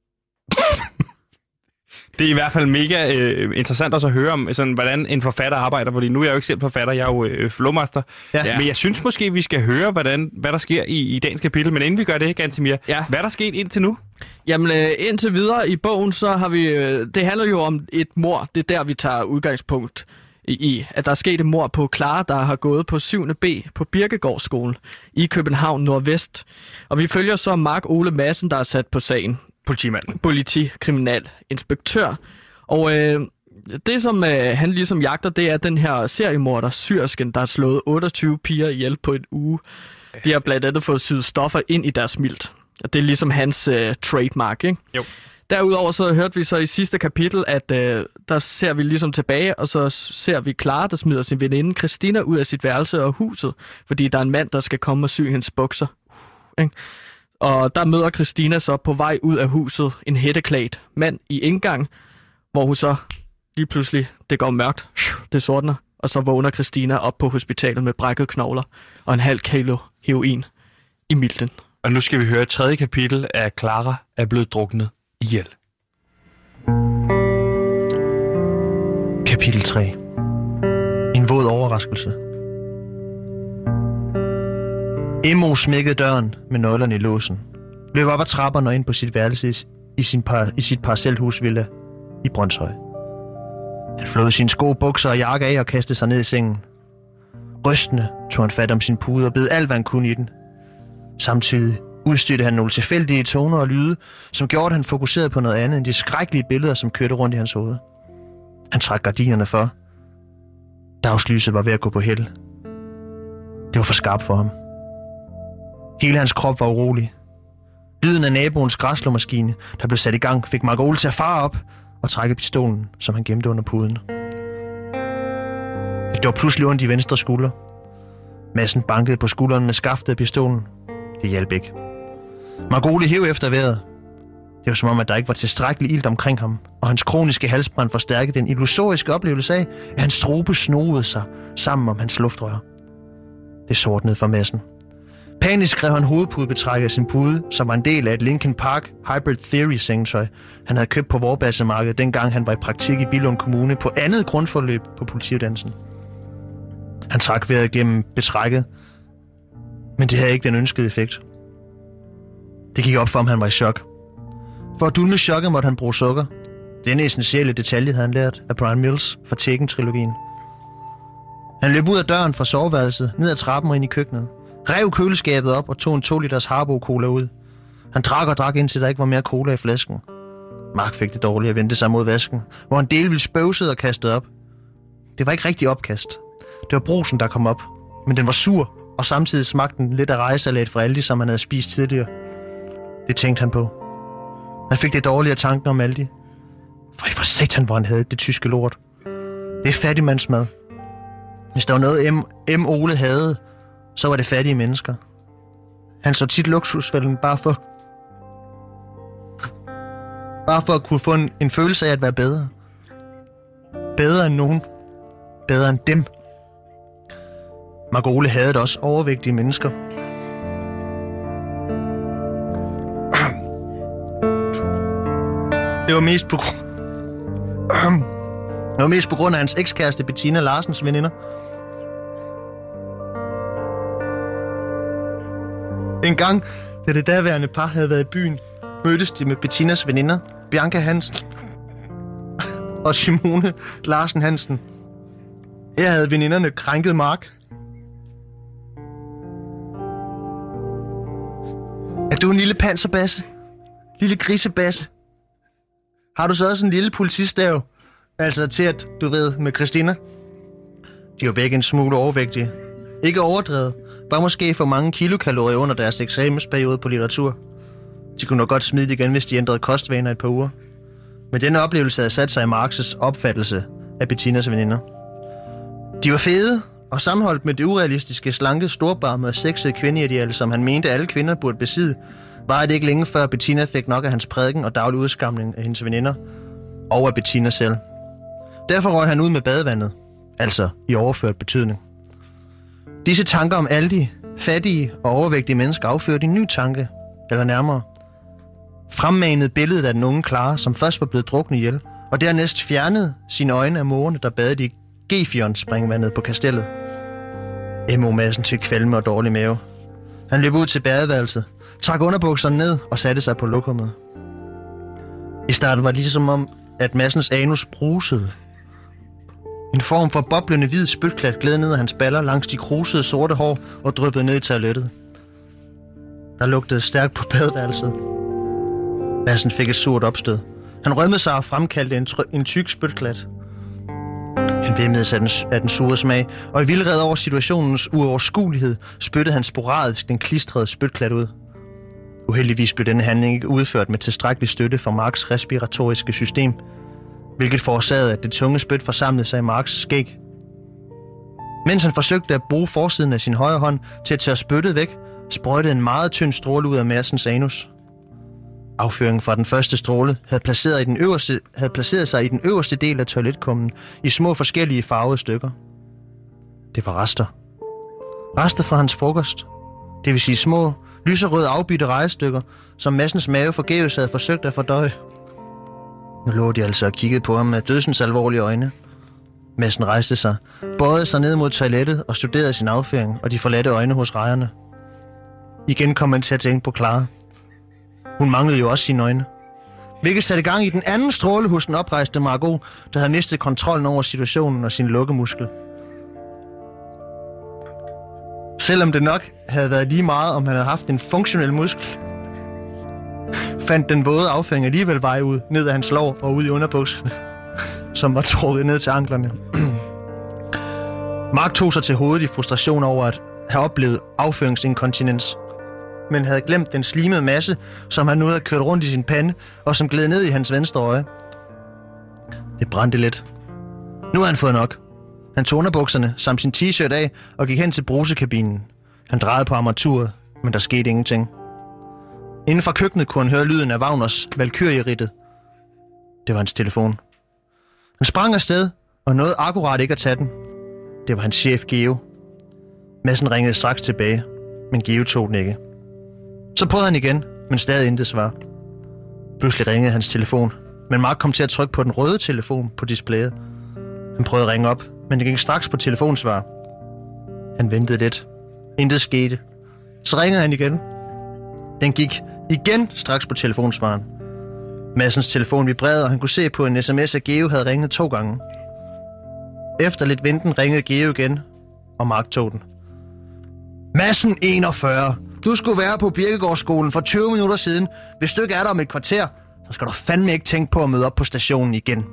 Det er i hvert fald mega øh, interessant også at høre om, sådan, hvordan en forfatter arbejder, fordi nu er jeg jo ikke selv forfatter, jeg er jo øh, flowmaster. Ja. Men jeg synes måske, vi skal høre, hvordan, hvad der sker i, i dagens kapitel. Men inden vi gør det, Gantemir, ja. hvad er der sket indtil nu? Jamen, øh, indtil videre i bogen, så har vi... Øh, det handler jo om et mord. Det er der, vi tager udgangspunkt i, i. At der er sket et mord på Clara, der har gået på syvende B på Birkegårdsskolen i København Nordvest. Og vi følger så Mark Ole Madsen, der er sat på sagen. Politimanden. Politikriminalinspektør. Og øh, det, som øh, han ligesom jagter, det er den her seriemorder, syrsken, der har slået otteogtyve piger ihjel på en uge. De har blandt andet fået syet stoffer ind i deres milt. Og det er ligesom hans øh, trademark, ikke? Jo. Derudover så hørte vi så i sidste kapitel, at øh, der ser vi ligesom tilbage, og så ser vi Clara, der smider sin veninde Christina ud af sit værelse og huset, fordi der er en mand, der skal komme og sy hendes bukser. Ikke? Og der møder Christina så på vej ud af huset en hætteklædt mand i indgang, hvor hun så lige pludselig, det går mørkt, det sortner, og så vågner Christina op på hospitalet med brækkede knogler og en halv kilo heroin i milten. Og nu skal vi høre tredje kapitel af Clara er blevet druknet ihjel. Kapitel tre. En våd overraskelse. Emo smækkede døren med nøglerne i låsen, løb op ad trapperne og ind på sit værelse i, sin par, i sit parcelhusvilla i Brøndshøj. Han flåede sine sko, bukser og jakke af og kastede sig ned i sengen. Rystende tog han fat om sin pude og bed alt, hvad han kunne i den. Samtidig udstyrte han nogle tilfældige toner og lyde, som gjorde, at han fokuserede på noget andet end de skrækkelige billeder, som kørte rundt i hans hoved. Han trak gardinerne for. Dagslyset var ved at gå på held. Det var for skarpt for ham. Hele hans krop var urolig. Lyden af naboens græsslåmaskine, der blev sat i gang, fik Mark Ole til at fare op og trække pistolen, som han gemte under puden. Det gjorde pludselig ondt i venstre skulder. Madsen bankede på skulderen med skaftet af pistolen. Det hjalp ikke. Mark Ole hev efter vejret. Det var som om, at der ikke var tilstrækkelig ilt omkring ham, og hans kroniske halsbrand forstærkede den illusoriske oplevelse af, at hans strobe snoede sig sammen om hans luftrør. Det sortnede for Madsen. Panisk skrev han hovedpudebetrækket af sin pude, som var en del af et Linkin Park Hybrid Theory sengetøj, han havde købt på Vorbassemarkedet, dengang han var i praktik i Billund Kommune på andet grundforløb på politiuddannelsen. Han trak vejret gennem betrækket, men det havde ikke den ønskede effekt. Det gik op for ham, han var i chok. For at dulme chokket måtte han bruge sukker. Denne essentielle detalje havde han lært af Brian Mills fra Taken-trilogien. Han løb ud af døren fra soveværelset, ned ad trappen og ind i køkkenet. Rev køleskabet op og tog en to liters Harbo-cola ud. Han drak og drak, indtil der ikke var mere cola i flasken. Mark fik det dårligt og vendte sig mod vasken, hvor han delvis spøvsede og kastede op. Det var ikke rigtig opkast. Det var brusen, der kom op, men den var sur, og samtidig smagte den lidt af rejesalat fra Aldi, som han havde spist tidligere. Det tænkte han på. Han fik det dårlige af tanken om Aldi. For i for satan, hvor han havde det tyske lort. Det er fattigmandsmad. Hvis der var noget M. M. Ole havde, så var det fattige mennesker. Han så tit luksusfælden bare for... Bare for at kunne få en, en følelse af at være bedre. Bedre end nogen. Bedre end dem. Mark Ole havde det også overvægtige mennesker. Det var mest på grund... Det var mest på grund af hans ekskæreste Bettina Larsens veninder. En gang, da det daværende par havde været i byen, mødtes de med Bettinas veninder, Bianca Hansen og Simone Larsen Hansen. Her havde veninderne krænket Mark. Er du en lille panserbasse? Lille grisebasse? Har du så også en lille politistav? Altså til at, du ved, med Christina? De var begge en smule overvægtige. Ikke overdrevet. Bare måske for mange kilokalorier under deres eksamensperiode på litteratur. De kunne nok godt smide det igen, hvis de ændrede kostvaner et par uger. Men denne oplevelse havde sat sig i Marks' opfattelse af Bettinas veninder. De var fede og sammenholdt med det urealistiske, slanke, storbarmede og sexede kvindeideal, som han mente alle kvinder burde besidde, var det ikke længe før Bettina fik nok af hans prædiken og daglig udskamning af hendes veninder og af Bettina selv. Derfor røg han ud med badevandet, altså i overført betydning. Disse tanker om alle de fattige og overvægtige mennesker afførte en ny tanke, eller nærmere. Fremmanede billedet af den unge Clara, som først var blevet druknet ihjel, og dernæst fjernede sine øjne af morerne, der badede i Gefion-springvandet på kastellet. M O Madsen til kvalme og dårlig mave. Han løb ud til badeværelset, trak underbukserne ned og satte sig på lokummet. I starten var det ligesom om, at Madsens anus brusede. En form for boblende hvid spytklat gled ned af hans baller langs de krusede sorte hår og dryppede ned i toilettet. Der lugtede stærkt på badeværelset. Madsen fik et surt opstød. Han rømmede sig og fremkaldte en, try- en tyk spytklat. Han vemmede sig af den, af den sure smag, og i vildred over situationens uoverskuelighed spyttede han sporadisk den klistrede spytklat ud. Uheldigvis blev denne handling ikke udført med tilstrækkelig støtte fra Marks respiratoriske system, hvilket forårsagede, at det tunge spyt forsamlede sig i Marks skæg. Mens han forsøgte at bruge forsiden af sin højre hånd til at tørre spyttet væk, sprøjtede en meget tynd stråle ud af Madsens anus. Afføringen fra den første stråle havde placeret, i den øverste, havde placeret sig i den øverste del af toiletkummen i små forskellige farvede stykker. Det var rester. Rester fra hans frokost. Det vil sige små, lyserøde afbytte rejestykker, som Madsens mave forgæves havde forsøgt at fordøje. Nu lå de altså og kiggede på ham med dødsens alvorlige øjne. Madsen rejste sig, bøjede sig ned mod toilettet og studerede sin afføring og de forladte øjne hos rejerne. Igen kom man til at tænke på Clara. Hun manglede jo også sine øjne. Hvilket satte gang i den anden stråle hos den oprejste Margot, der havde mistet kontrollen over situationen og sin lukkemuskel. Selvom det nok havde været lige meget, om han havde haft en funktionel muskel, fandt den våde afføring alligevel vej ud, ned ad hans lår og ud i underbukserne, som var trukket ned til anklerne. Mark tog sig til hovedet i frustration over at have oplevet afføringsinkontinens, men havde glemt den slimede masse, som han nu havde kørt rundt i sin pande, og som gled ned i hans venstre øje. Det brændte lidt. Nu havde han fået nok. Han tog underbukserne samt sin t-shirt af og gik hen til brusekabinen. Han drejede på armaturet, men der skete ingenting. Inden fra køkkenet kunne han høre lyden af Wagners Valkyrie-rittet. Det var hans telefon. Han sprang afsted og nåede akkurat ikke at tage den. Det var hans chef, Geo. Madsen ringede straks tilbage, men Geo tog den ikke. Så prøvede han igen, men stadig intet svar. Pludselig ringede hans telefon, men Mark kom til at trykke på den røde telefon på displayet. Han prøvede at ringe op, men det gik straks på telefonsvar. Han ventede lidt. Intet skete. Så ringede han igen. Den gik igen straks på telefonsvaren. Madsens telefon vibrerede, og han kunne se på en sms, at Geo havde ringet to gange. Efter lidt venten ringede Geo igen, og Mark tog den. Madsen enogfyrre. Du skulle være på Birkegårdsskolen for tyve minutter siden. Hvis du ikke er der om et kvarter, så skal du fandme ikke tænke på at møde op på stationen igen.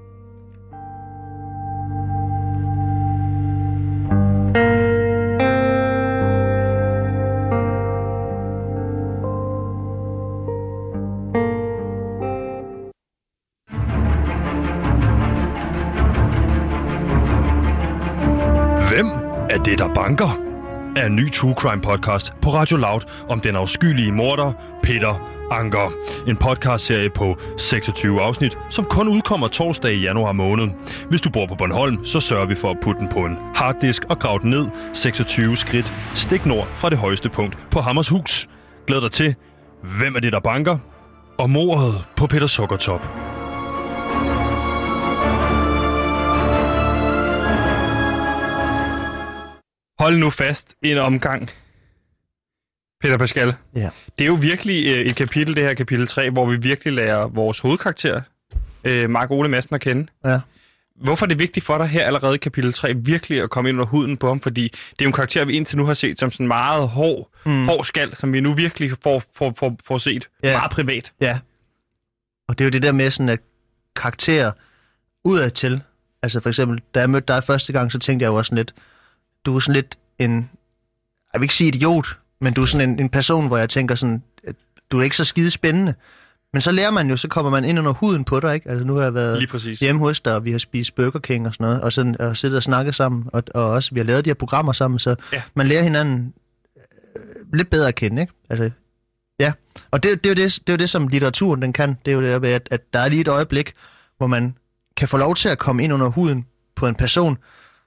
Hvem er det, der banker? Er en ny True Crime podcast på Radio Loud om den afskyelige morder Peter Anker. En podcastserie på seksogtyve afsnit, som kun udkommer torsdag i januar måned. Hvis du bor på Bornholm, så sørger vi for at putte den på en harddisk og grave den ned seksogtyve skridt stik nord fra det højeste punkt på Hammershus. Glæd dig til, hvem er det, der banker? Og mordet på Peter Sukkertop. Hold nu fast en omgang, Peter Pascal. Ja. Det er jo virkelig øh, et kapitel, det her kapitel tre, hvor vi virkelig lærer vores hovedkarakter, øh, Mark Ole Madsen, at kende. Ja. Hvorfor er det vigtigt for dig her allerede i kapitel tre virkelig at komme ind under huden på ham? Fordi det er jo en karakter, vi indtil nu har set som sådan meget hård, mm. hård skal, som vi nu virkelig får, får, får, får set ja. meget privat. Ja. Og det er jo det der med sådan, at karakterer udadtil, altså for eksempel, da jeg mødte dig første gang, så tænkte jeg jo også sådan lidt, du er sådan lidt en, jeg vil ikke sige idiot, men du er sådan en, en person, hvor jeg tænker sådan, at du er ikke så skide spændende. Men så lærer man jo, så kommer man ind under huden på dig, ikke? Altså nu har jeg været hjemme hos dig, og vi har spist Burger King og sådan noget, og, sådan, og siddet og snakket sammen, og, og også vi har lavet de her programmer sammen, så ja. Man lærer hinanden øh, lidt bedre at kende, ikke? Altså, ja. Og det, det, er jo det, det er jo det, som litteraturen den kan. Det er jo det med, at, at der er lige et øjeblik, hvor man kan få lov til at komme ind under huden på en person,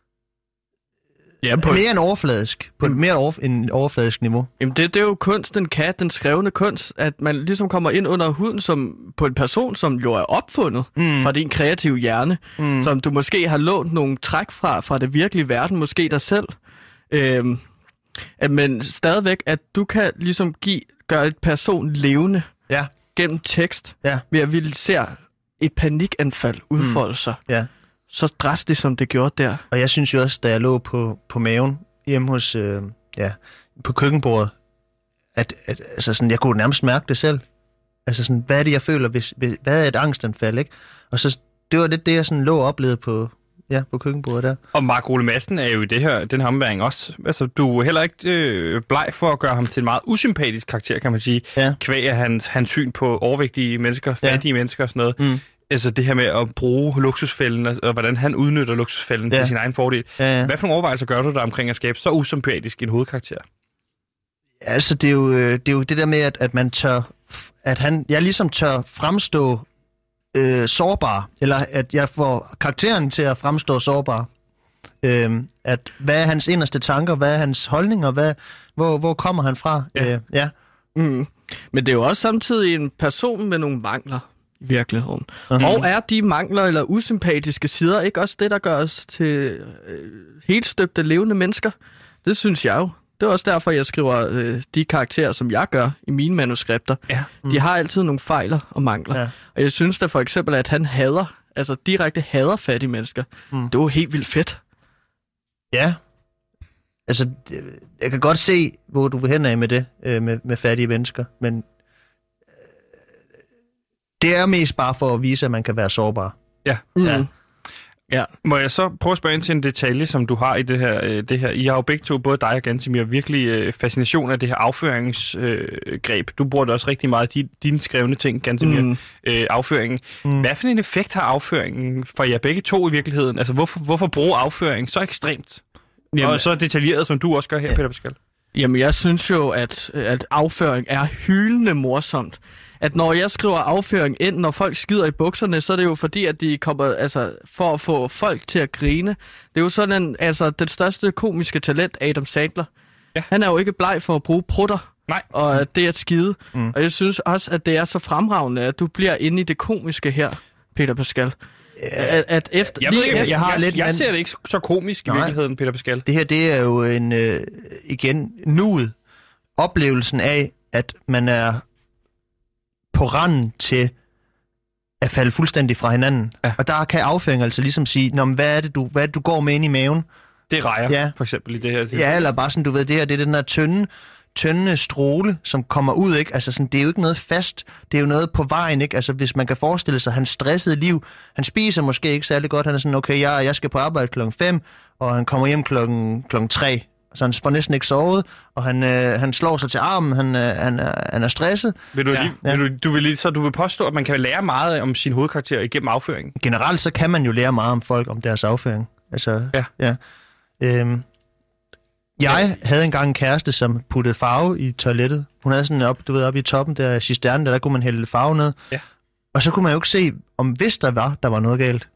ja, på mere end overfladisk, på et mere over, en overfladisk niveau. Jamen det, det er jo kunst, den kan, den skrevne kunst, at man ligesom kommer ind under huden som, på en person, som jo er opfundet mm. fra din kreative hjerne, mm. som du måske har lånt nogle træk fra, fra det virkelige verden, måske dig selv. Øhm, men stadigvæk, at du kan ligesom give, gøre et person levende ja. gennem tekst, ja. ved at vi ser et panikanfald udfolde sig. Mm. Ja. Så drastisk, som det gjorde der. Og jeg synes jo også, da jeg lå på, på maven hjemme hos, øh, ja, på køkkenbordet, at, at altså sådan, jeg kunne nærmest mærke det selv. Altså sådan, hvad er det, jeg føler, hvis, hvis, hvad er et angstanfald, ikke? Og så, det var lidt det, jeg sådan lå og oplevede på, ja, på køkkenbordet der. Og Mark Ole Madsen er jo i det her, den her omværing også. Altså, du er heller ikke øh, bleg for at gøre ham til en meget usympatisk karakter, kan man sige. Ja. Kvæg af hans, hans syn på overvægtige mennesker, fattige ja. mennesker og sådan noget. Mm. Altså det her med at bruge luksusfælden, og, og hvordan han udnytter luksusfælden ja. til sin egen fordel. Ja, ja. Hvad for nogle overvejelser gør du der omkring at skabe så usympatisk en hovedkarakter? Altså det er jo det, er jo det der med, at, at man tør, at han, jeg ligesom tør fremstå øh, sårbar, eller at jeg får karakteren til at fremstå sårbar. Øh, at hvad er hans inderste tanker, hvad er hans holdninger, hvad, hvor, hvor kommer han fra? Ja. Øh, ja. Mm. Men det er jo også samtidig en person med nogle mangler. I virkeligheden. Uh-huh. Og er de mangler eller usympatiske sider ikke også det, der gør os til øh, helt støbte levende mennesker? Det synes jeg jo. Det er også derfor, jeg skriver øh, de karakterer, som jeg gør i mine manuskripter. Ja. Mm. De har altid nogle fejler og mangler. Ja. Og jeg synes da for eksempel, at han hader, altså direkte hader fattige mennesker. Mm. Det var helt vildt fedt. Ja. Altså, jeg kan godt se, hvor du vil hen af med det, øh, med, med fattige mennesker, men øh, det er mest bare for at vise, at man kan være sårbar. Ja. Mm. Ja. Ja. Må jeg så prøve at spørge ind til en detalje, som du har i det her? Øh, det her. I har jo begge to, både dig og Gantemir, virkelig øh, fascination af det her afføringsgreb. Øh, du bruger det også rigtig meget i dine skrevne ting, Gantemir. Mm. Øh, afføringen. Mm. Hvad for en effekt har afføringen for jer begge to i virkeligheden? Altså, hvorfor, hvorfor bruge afføring så ekstremt? Jamen, og så detaljeret, som du også gør her, Peter Pascal. Jamen, jeg synes jo, at, at afføring er hyldende morsomt. At når jeg skriver afføring ind, når folk skider i bukserne, så er det jo fordi, at de kommer, altså, for at få folk til at grine. Det er jo sådan en, altså, den største komiske talent, Adam Sandler. Ja. Han er jo ikke bleg for at bruge prutter. Nej. Og det er at skide. Mm. Og jeg synes også, at det er så fremragende, at du bliver inde i det komiske her, Peter Pascal. At, at efter, jeg, ved ikke, efter, jeg, har jeg, lidt, jeg men... ser det ikke så komisk i Nej. virkeligheden, Peter Pascal. Det her, det er jo en, øh, igen, nuet. Oplevelsen af, at man er på randen til at falde fuldstændig fra hinanden. Ja. Og der kan afføring altså ligesom sige, Nå, men hvad er det, du, hvad er det, du går med ind i maven? Det rejer, Ja. for eksempel, i det her. Ja, eller bare sådan, du ved, det her, det er den der tynde, tynde stråle, som kommer ud, ikke? Altså sådan, det er jo ikke noget fast, det er jo noget på vejen, ikke? Altså hvis man kan forestille sig hans stressede liv, han spiser måske ikke særlig godt, han er sådan, okay, jeg, jeg skal på arbejde klokken fem, og han kommer hjem klokken, klokken tre, så han får næsten ikke sovet, og han, øh, han slår sig til armen, han, øh, han, er, han er stresset. Vil du, Ja. lige, vil du, du vil lige, så du vil påstå, at man kan lære meget om sin hovedkarakter igennem afføringen? Generelt så kan man jo lære meget om folk, om deres afføring. Altså, Ja. ja. Øhm, jeg havde engang en kæreste, som puttede farve i toilettet. Hun havde sådan op, du ved, oppe i toppen der af cisternen, der, der kunne man hælde farve ned. Ja. Og så kunne man jo ikke se, om hvis der var, der var noget galt.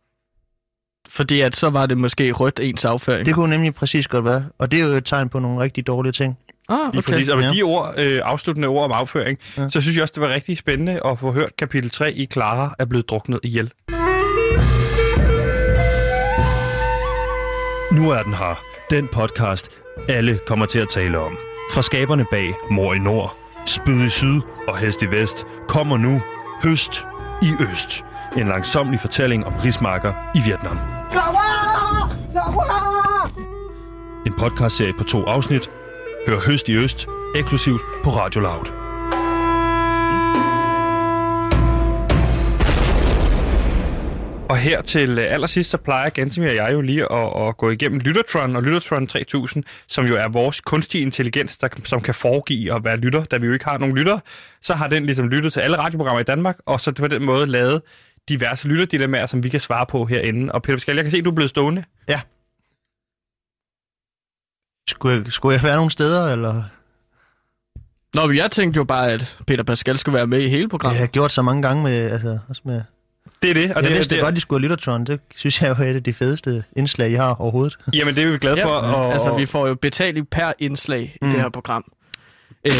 fordi at så var det måske rødt ens afføring. Det kunne nemlig præcis godt være. Og det er jo et tegn på nogle rigtig dårlige ting. Ah, Lige okay. præcis. Og med Ja. de ord, øh, afsluttende ord om afføring, Ja. så synes jeg også, det var rigtig spændende at få hørt kapitel tre i Clara er blevet druknet ihjel. Nu er den her. Den podcast, alle kommer til at tale om. Fra skaberne bag Mor i Nord, Spyd i Syd og Hest i Vest kommer nu Høst i Øst. En langsomlig fortælling om rismarker i Vietnam. En podcastserie på to afsnit. Hør Høst i Øst eksklusivt på Radio Loud. Og her til allersidst, så plejer Gantemir og jeg jo lige at, at gå igennem Lyttertron og Lyttertron tre tusind, som jo er vores kunstige intelligens, der, som kan foregive at være lytter, da vi jo ikke har nogen lytter. Så har den ligesom lyttet til alle radioprogrammer i Danmark, og så på den måde lavet diverse lytterdilemmaer, som vi kan svare på herinde. Og Peter Pascal, jeg kan se, at du er blevet stående. Ja. Skulle jeg, skulle jeg være nogle steder, eller? Nå, men jeg tænkte jo bare, at Peter Pascal skulle være med i hele Det programmet. har jeg gjort så mange gange med, altså, også med... Det er det. Og Og jeg det, vidste det, godt, de skulle have Lyttertron. Det synes jeg jo er et af de fedeste indslag, I har overhovedet. Jamen, det er vi glade Ja, for. Og, altså, vi får jo betaling per indslag mm. i det her program. Øh,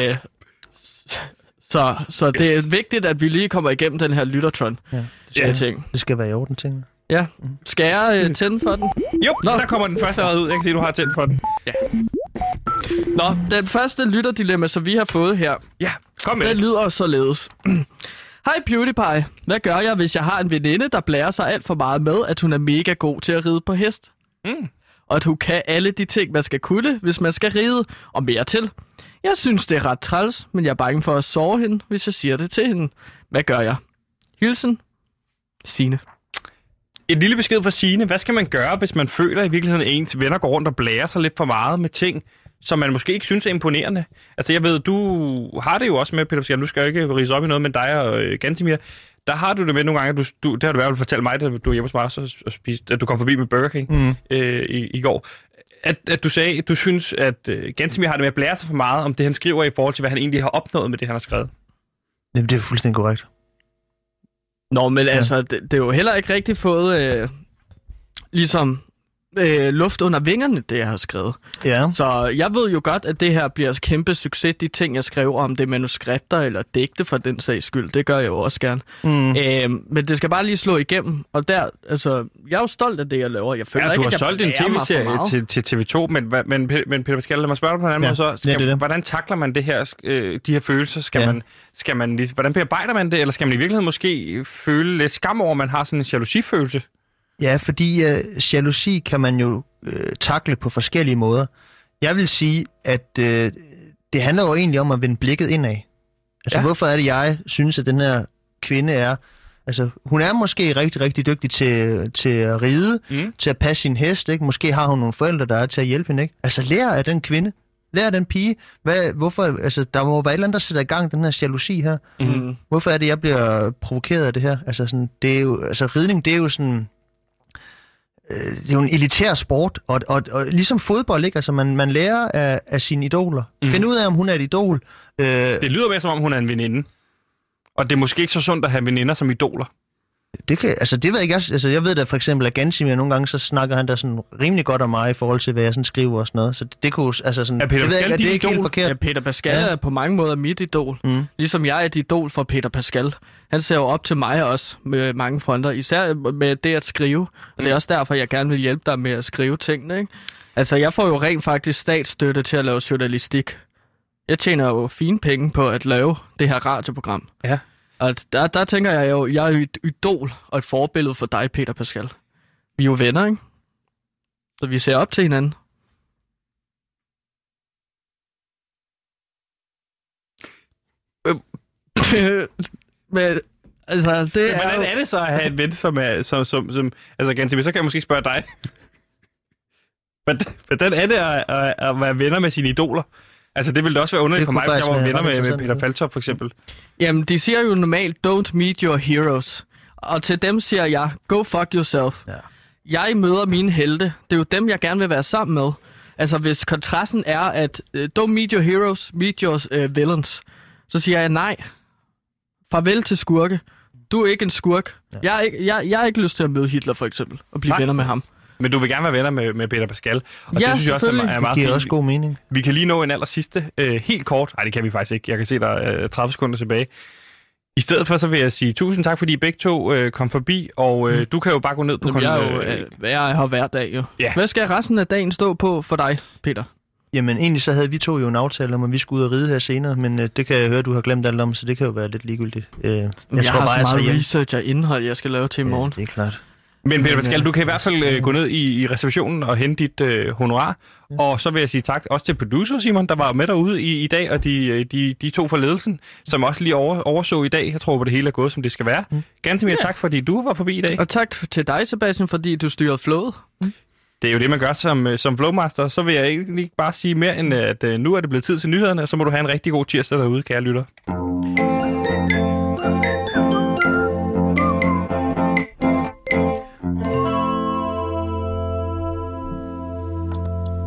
så så det er vigtigt, at vi lige kommer igennem den her Lyttertron. Ja, det, Ja. skal, Ting. det skal være i orden, tingene. Ja. Skal jeg øh, tænde for den? Jo, Nå. der kommer den første allerede ud. Jeg kan se, at du har tændt for den. Nå, den første lytterdilemma, som vi har fået her, Ja, kom med. den lyder således. Hej PewDiePie. Hvad gør jeg, hvis jeg har en veninde, der blærer sig alt for meget med, at hun er mega god til at ride på hest? Mm. Og at hun kan alle de ting, man skal kunne, hvis man skal ride, og mere til. Jeg synes, det er ret træls, men jeg er bange for at såre hende, hvis jeg siger det til hende. Hvad gør jeg? Hilsen, Signe. En lille besked fra Signe. Hvad skal man gøre, hvis man føler i virkeligheden, at ens venner går rundt og blærer sig lidt for meget med ting, som man måske ikke synes er imponerende? Altså jeg ved, du har det jo også med, Peter Pascal, nu skal jeg ikke rise op i noget, men dig og øh, Gantemir, der har du det med nogle gange, du, du, det har du i hvert fald fortalt mig, da du var hjemme hos mig og, og spiste, at du kom forbi med Burger King mm. øh, i, i går. At, at du sagde, at du synes, at øh, Gantemir har det med at blære sig for meget om det, han skriver i forhold til, hvad han egentlig har opnået med det, han har skrevet. Jamen, det er fuldstændig korrekt. Nå, men ja. altså, det, det er jo heller ikke rigtig fået øh, ligesom øh, luft under vingerne, det jeg har skrevet. Ja. Så jeg ved jo godt, at det her bliver kæmpe succes, de ting, jeg skriver om det manuskripter eller digte for den sags skyld. Det gør jeg jo også gerne. Mm. Øh, men det skal bare lige slå igennem, og der, altså, jeg er jo stolt af det, jeg laver. Jeg føler Ja, ikke, du har at jeg solgt en blærer mig for tv-serie meget. til, til T V to, men, hva- men, men Peter Pascal, lad mig spørge dig på en anden Ja, måde så. Skal, det er det. Hvordan takler man det her, øh, de her følelser? Skal Ja. man, skal man, lige- hvordan bearbejder man det? Eller skal man i virkeligheden måske føle lidt skam over, at man har sådan en jalousifølelse? Ja, fordi øh, jalousi kan man jo øh, takle på forskellige måder. Jeg vil sige, at øh, det handler jo egentlig om at vende blikket indad. Altså, Ja. ja. hvorfor er det, jeg synes, at den her kvinde er... Altså, hun er måske rigtig, rigtig dygtig til, til at ride, Mm. til at passe sin hest, ikke? Måske har hun nogle forældre, der er til at hjælpe hende, ikke? Altså, lær af den kvinde. Lær af den pige. Hvad, hvorfor... Altså, der må være et eller andet, der sætter i gang den her jalousi her. Mm. Hvorfor er det, jeg bliver provokeret af det her? Altså, sådan, det er jo... Altså, ridning, det er jo sådan... Det er jo en elitær sport, og, og, og ligesom fodbold, ikke? Altså, man, man lærer af, af sine idoler. Mhm. Mm. Find ud af, om hun er et idol. Øh, Det lyder mere, som om hun er en veninde. Og det er måske ikke så sundt at have veninder som idoler. det, kan, altså, det ved jeg ikke. Jeg, altså, jeg ved da for eksempel, at Gansimir nogle gange, så snakker han da sådan rimelig godt om mig i forhold til, hvad jeg sådan skriver og sådan noget. Så det, det kunne altså sådan... Er Peter det ved jeg Pascal ikke, at det din er ikke helt idol? forkert. Ja, Peter Pascal Ja. er på mange måder mit idol. Mm. Ligesom jeg er et idol for Peter Pascal. Han ser jo op til mig også med mange fronter, især med det at skrive. Og mm. det er også derfor, jeg gerne vil hjælpe dig med at skrive tingene, ikke? Altså, jeg får jo rent faktisk statsstøtte til at lave journalistik. Jeg tjener jo fine penge på at lave det her radioprogram. Ja. Og der, der tænker jeg jo, jeg er jo et idol og et forbillede for dig, Peter Pascal. Vi er jo venner, ikke? Så vi ser op til hinanden. Men, altså, det Ja, er hvordan jo... er det så at have en ven, som er... Som, som, som, altså, Gansimir, så kan jeg måske spørge dig. Hvordan- Hvordan er det at, at, at være venner med sine idoler? Altså, det ville da også være underligt Det for kunne mig, hvis jeg faktisk var være venner ret med, med interessant, Peter ja. Faltoft, for eksempel. Jamen, de siger jo normalt, don't meet your heroes. Og til dem siger jeg, go fuck yourself. Ja. Jeg møder mine helte. Det er jo dem, jeg gerne vil være sammen med. Altså, hvis kontrasten er, at uh, don't meet your heroes, meet your uh, villains, så siger jeg nej. Farvel til skurke. Du er ikke en skurk. Ja. Jeg, har ikke, jeg, jeg har ikke lyst til at møde Hitler, for eksempel, og blive Nej. venner med ham. Men du vil gerne være venner med, med Peter Pascal. Og Ja, det synes jeg også er, selvfølgelig. er Det meget giver fint. også god mening. Vi kan lige nå en aller sidste, øh, helt kort. Nej, det kan vi faktisk ikke. Jeg kan se, der er tredive sekunder tilbage. I stedet for, så vil jeg sige tusind tak, fordi I begge to øh, kom forbi, og øh, Mm. du kan jo bare gå ned på... Jamen, jeg er jo øh, øh, jeg er her hver dag, jo. Ja. Hvad skal resten af dagen stå på for dig, Peter? Jamen, egentlig så havde vi to jo en aftale om, at vi skulle ud og ride her senere, men øh, det kan jeg høre, du har glemt alt om, så det kan jo være lidt ligegyldigt. Øh, jeg, Jeg, jeg har jeg så tager meget hjem. research og indhold, jeg skal lave til i morgen. Ja, det er klart. Men Peter Men, Pascal, øh, du kan i hvert fald øh, gå ned i, i receptionen og hente dit øh, honorar. Ja. Og så vil jeg sige tak også til producer Simon, der var med derude i, i dag, og de, de, de to fra ledelsen, som også lige over, overså i dag. Jeg tror, at det hele er gået, som det skal være. Mm. Ganske mere ja. tak, fordi du var forbi i dag. Og tak til dig, Sebastian, fordi du styrede flowet. Det er jo det, man gør som, øh, som flowmaster. Så vil jeg egentlig ikke bare sige mere, end at øh, nu er det blevet tid til nyhederne, og så må du have en rigtig god tirsdag derude, kære lytter.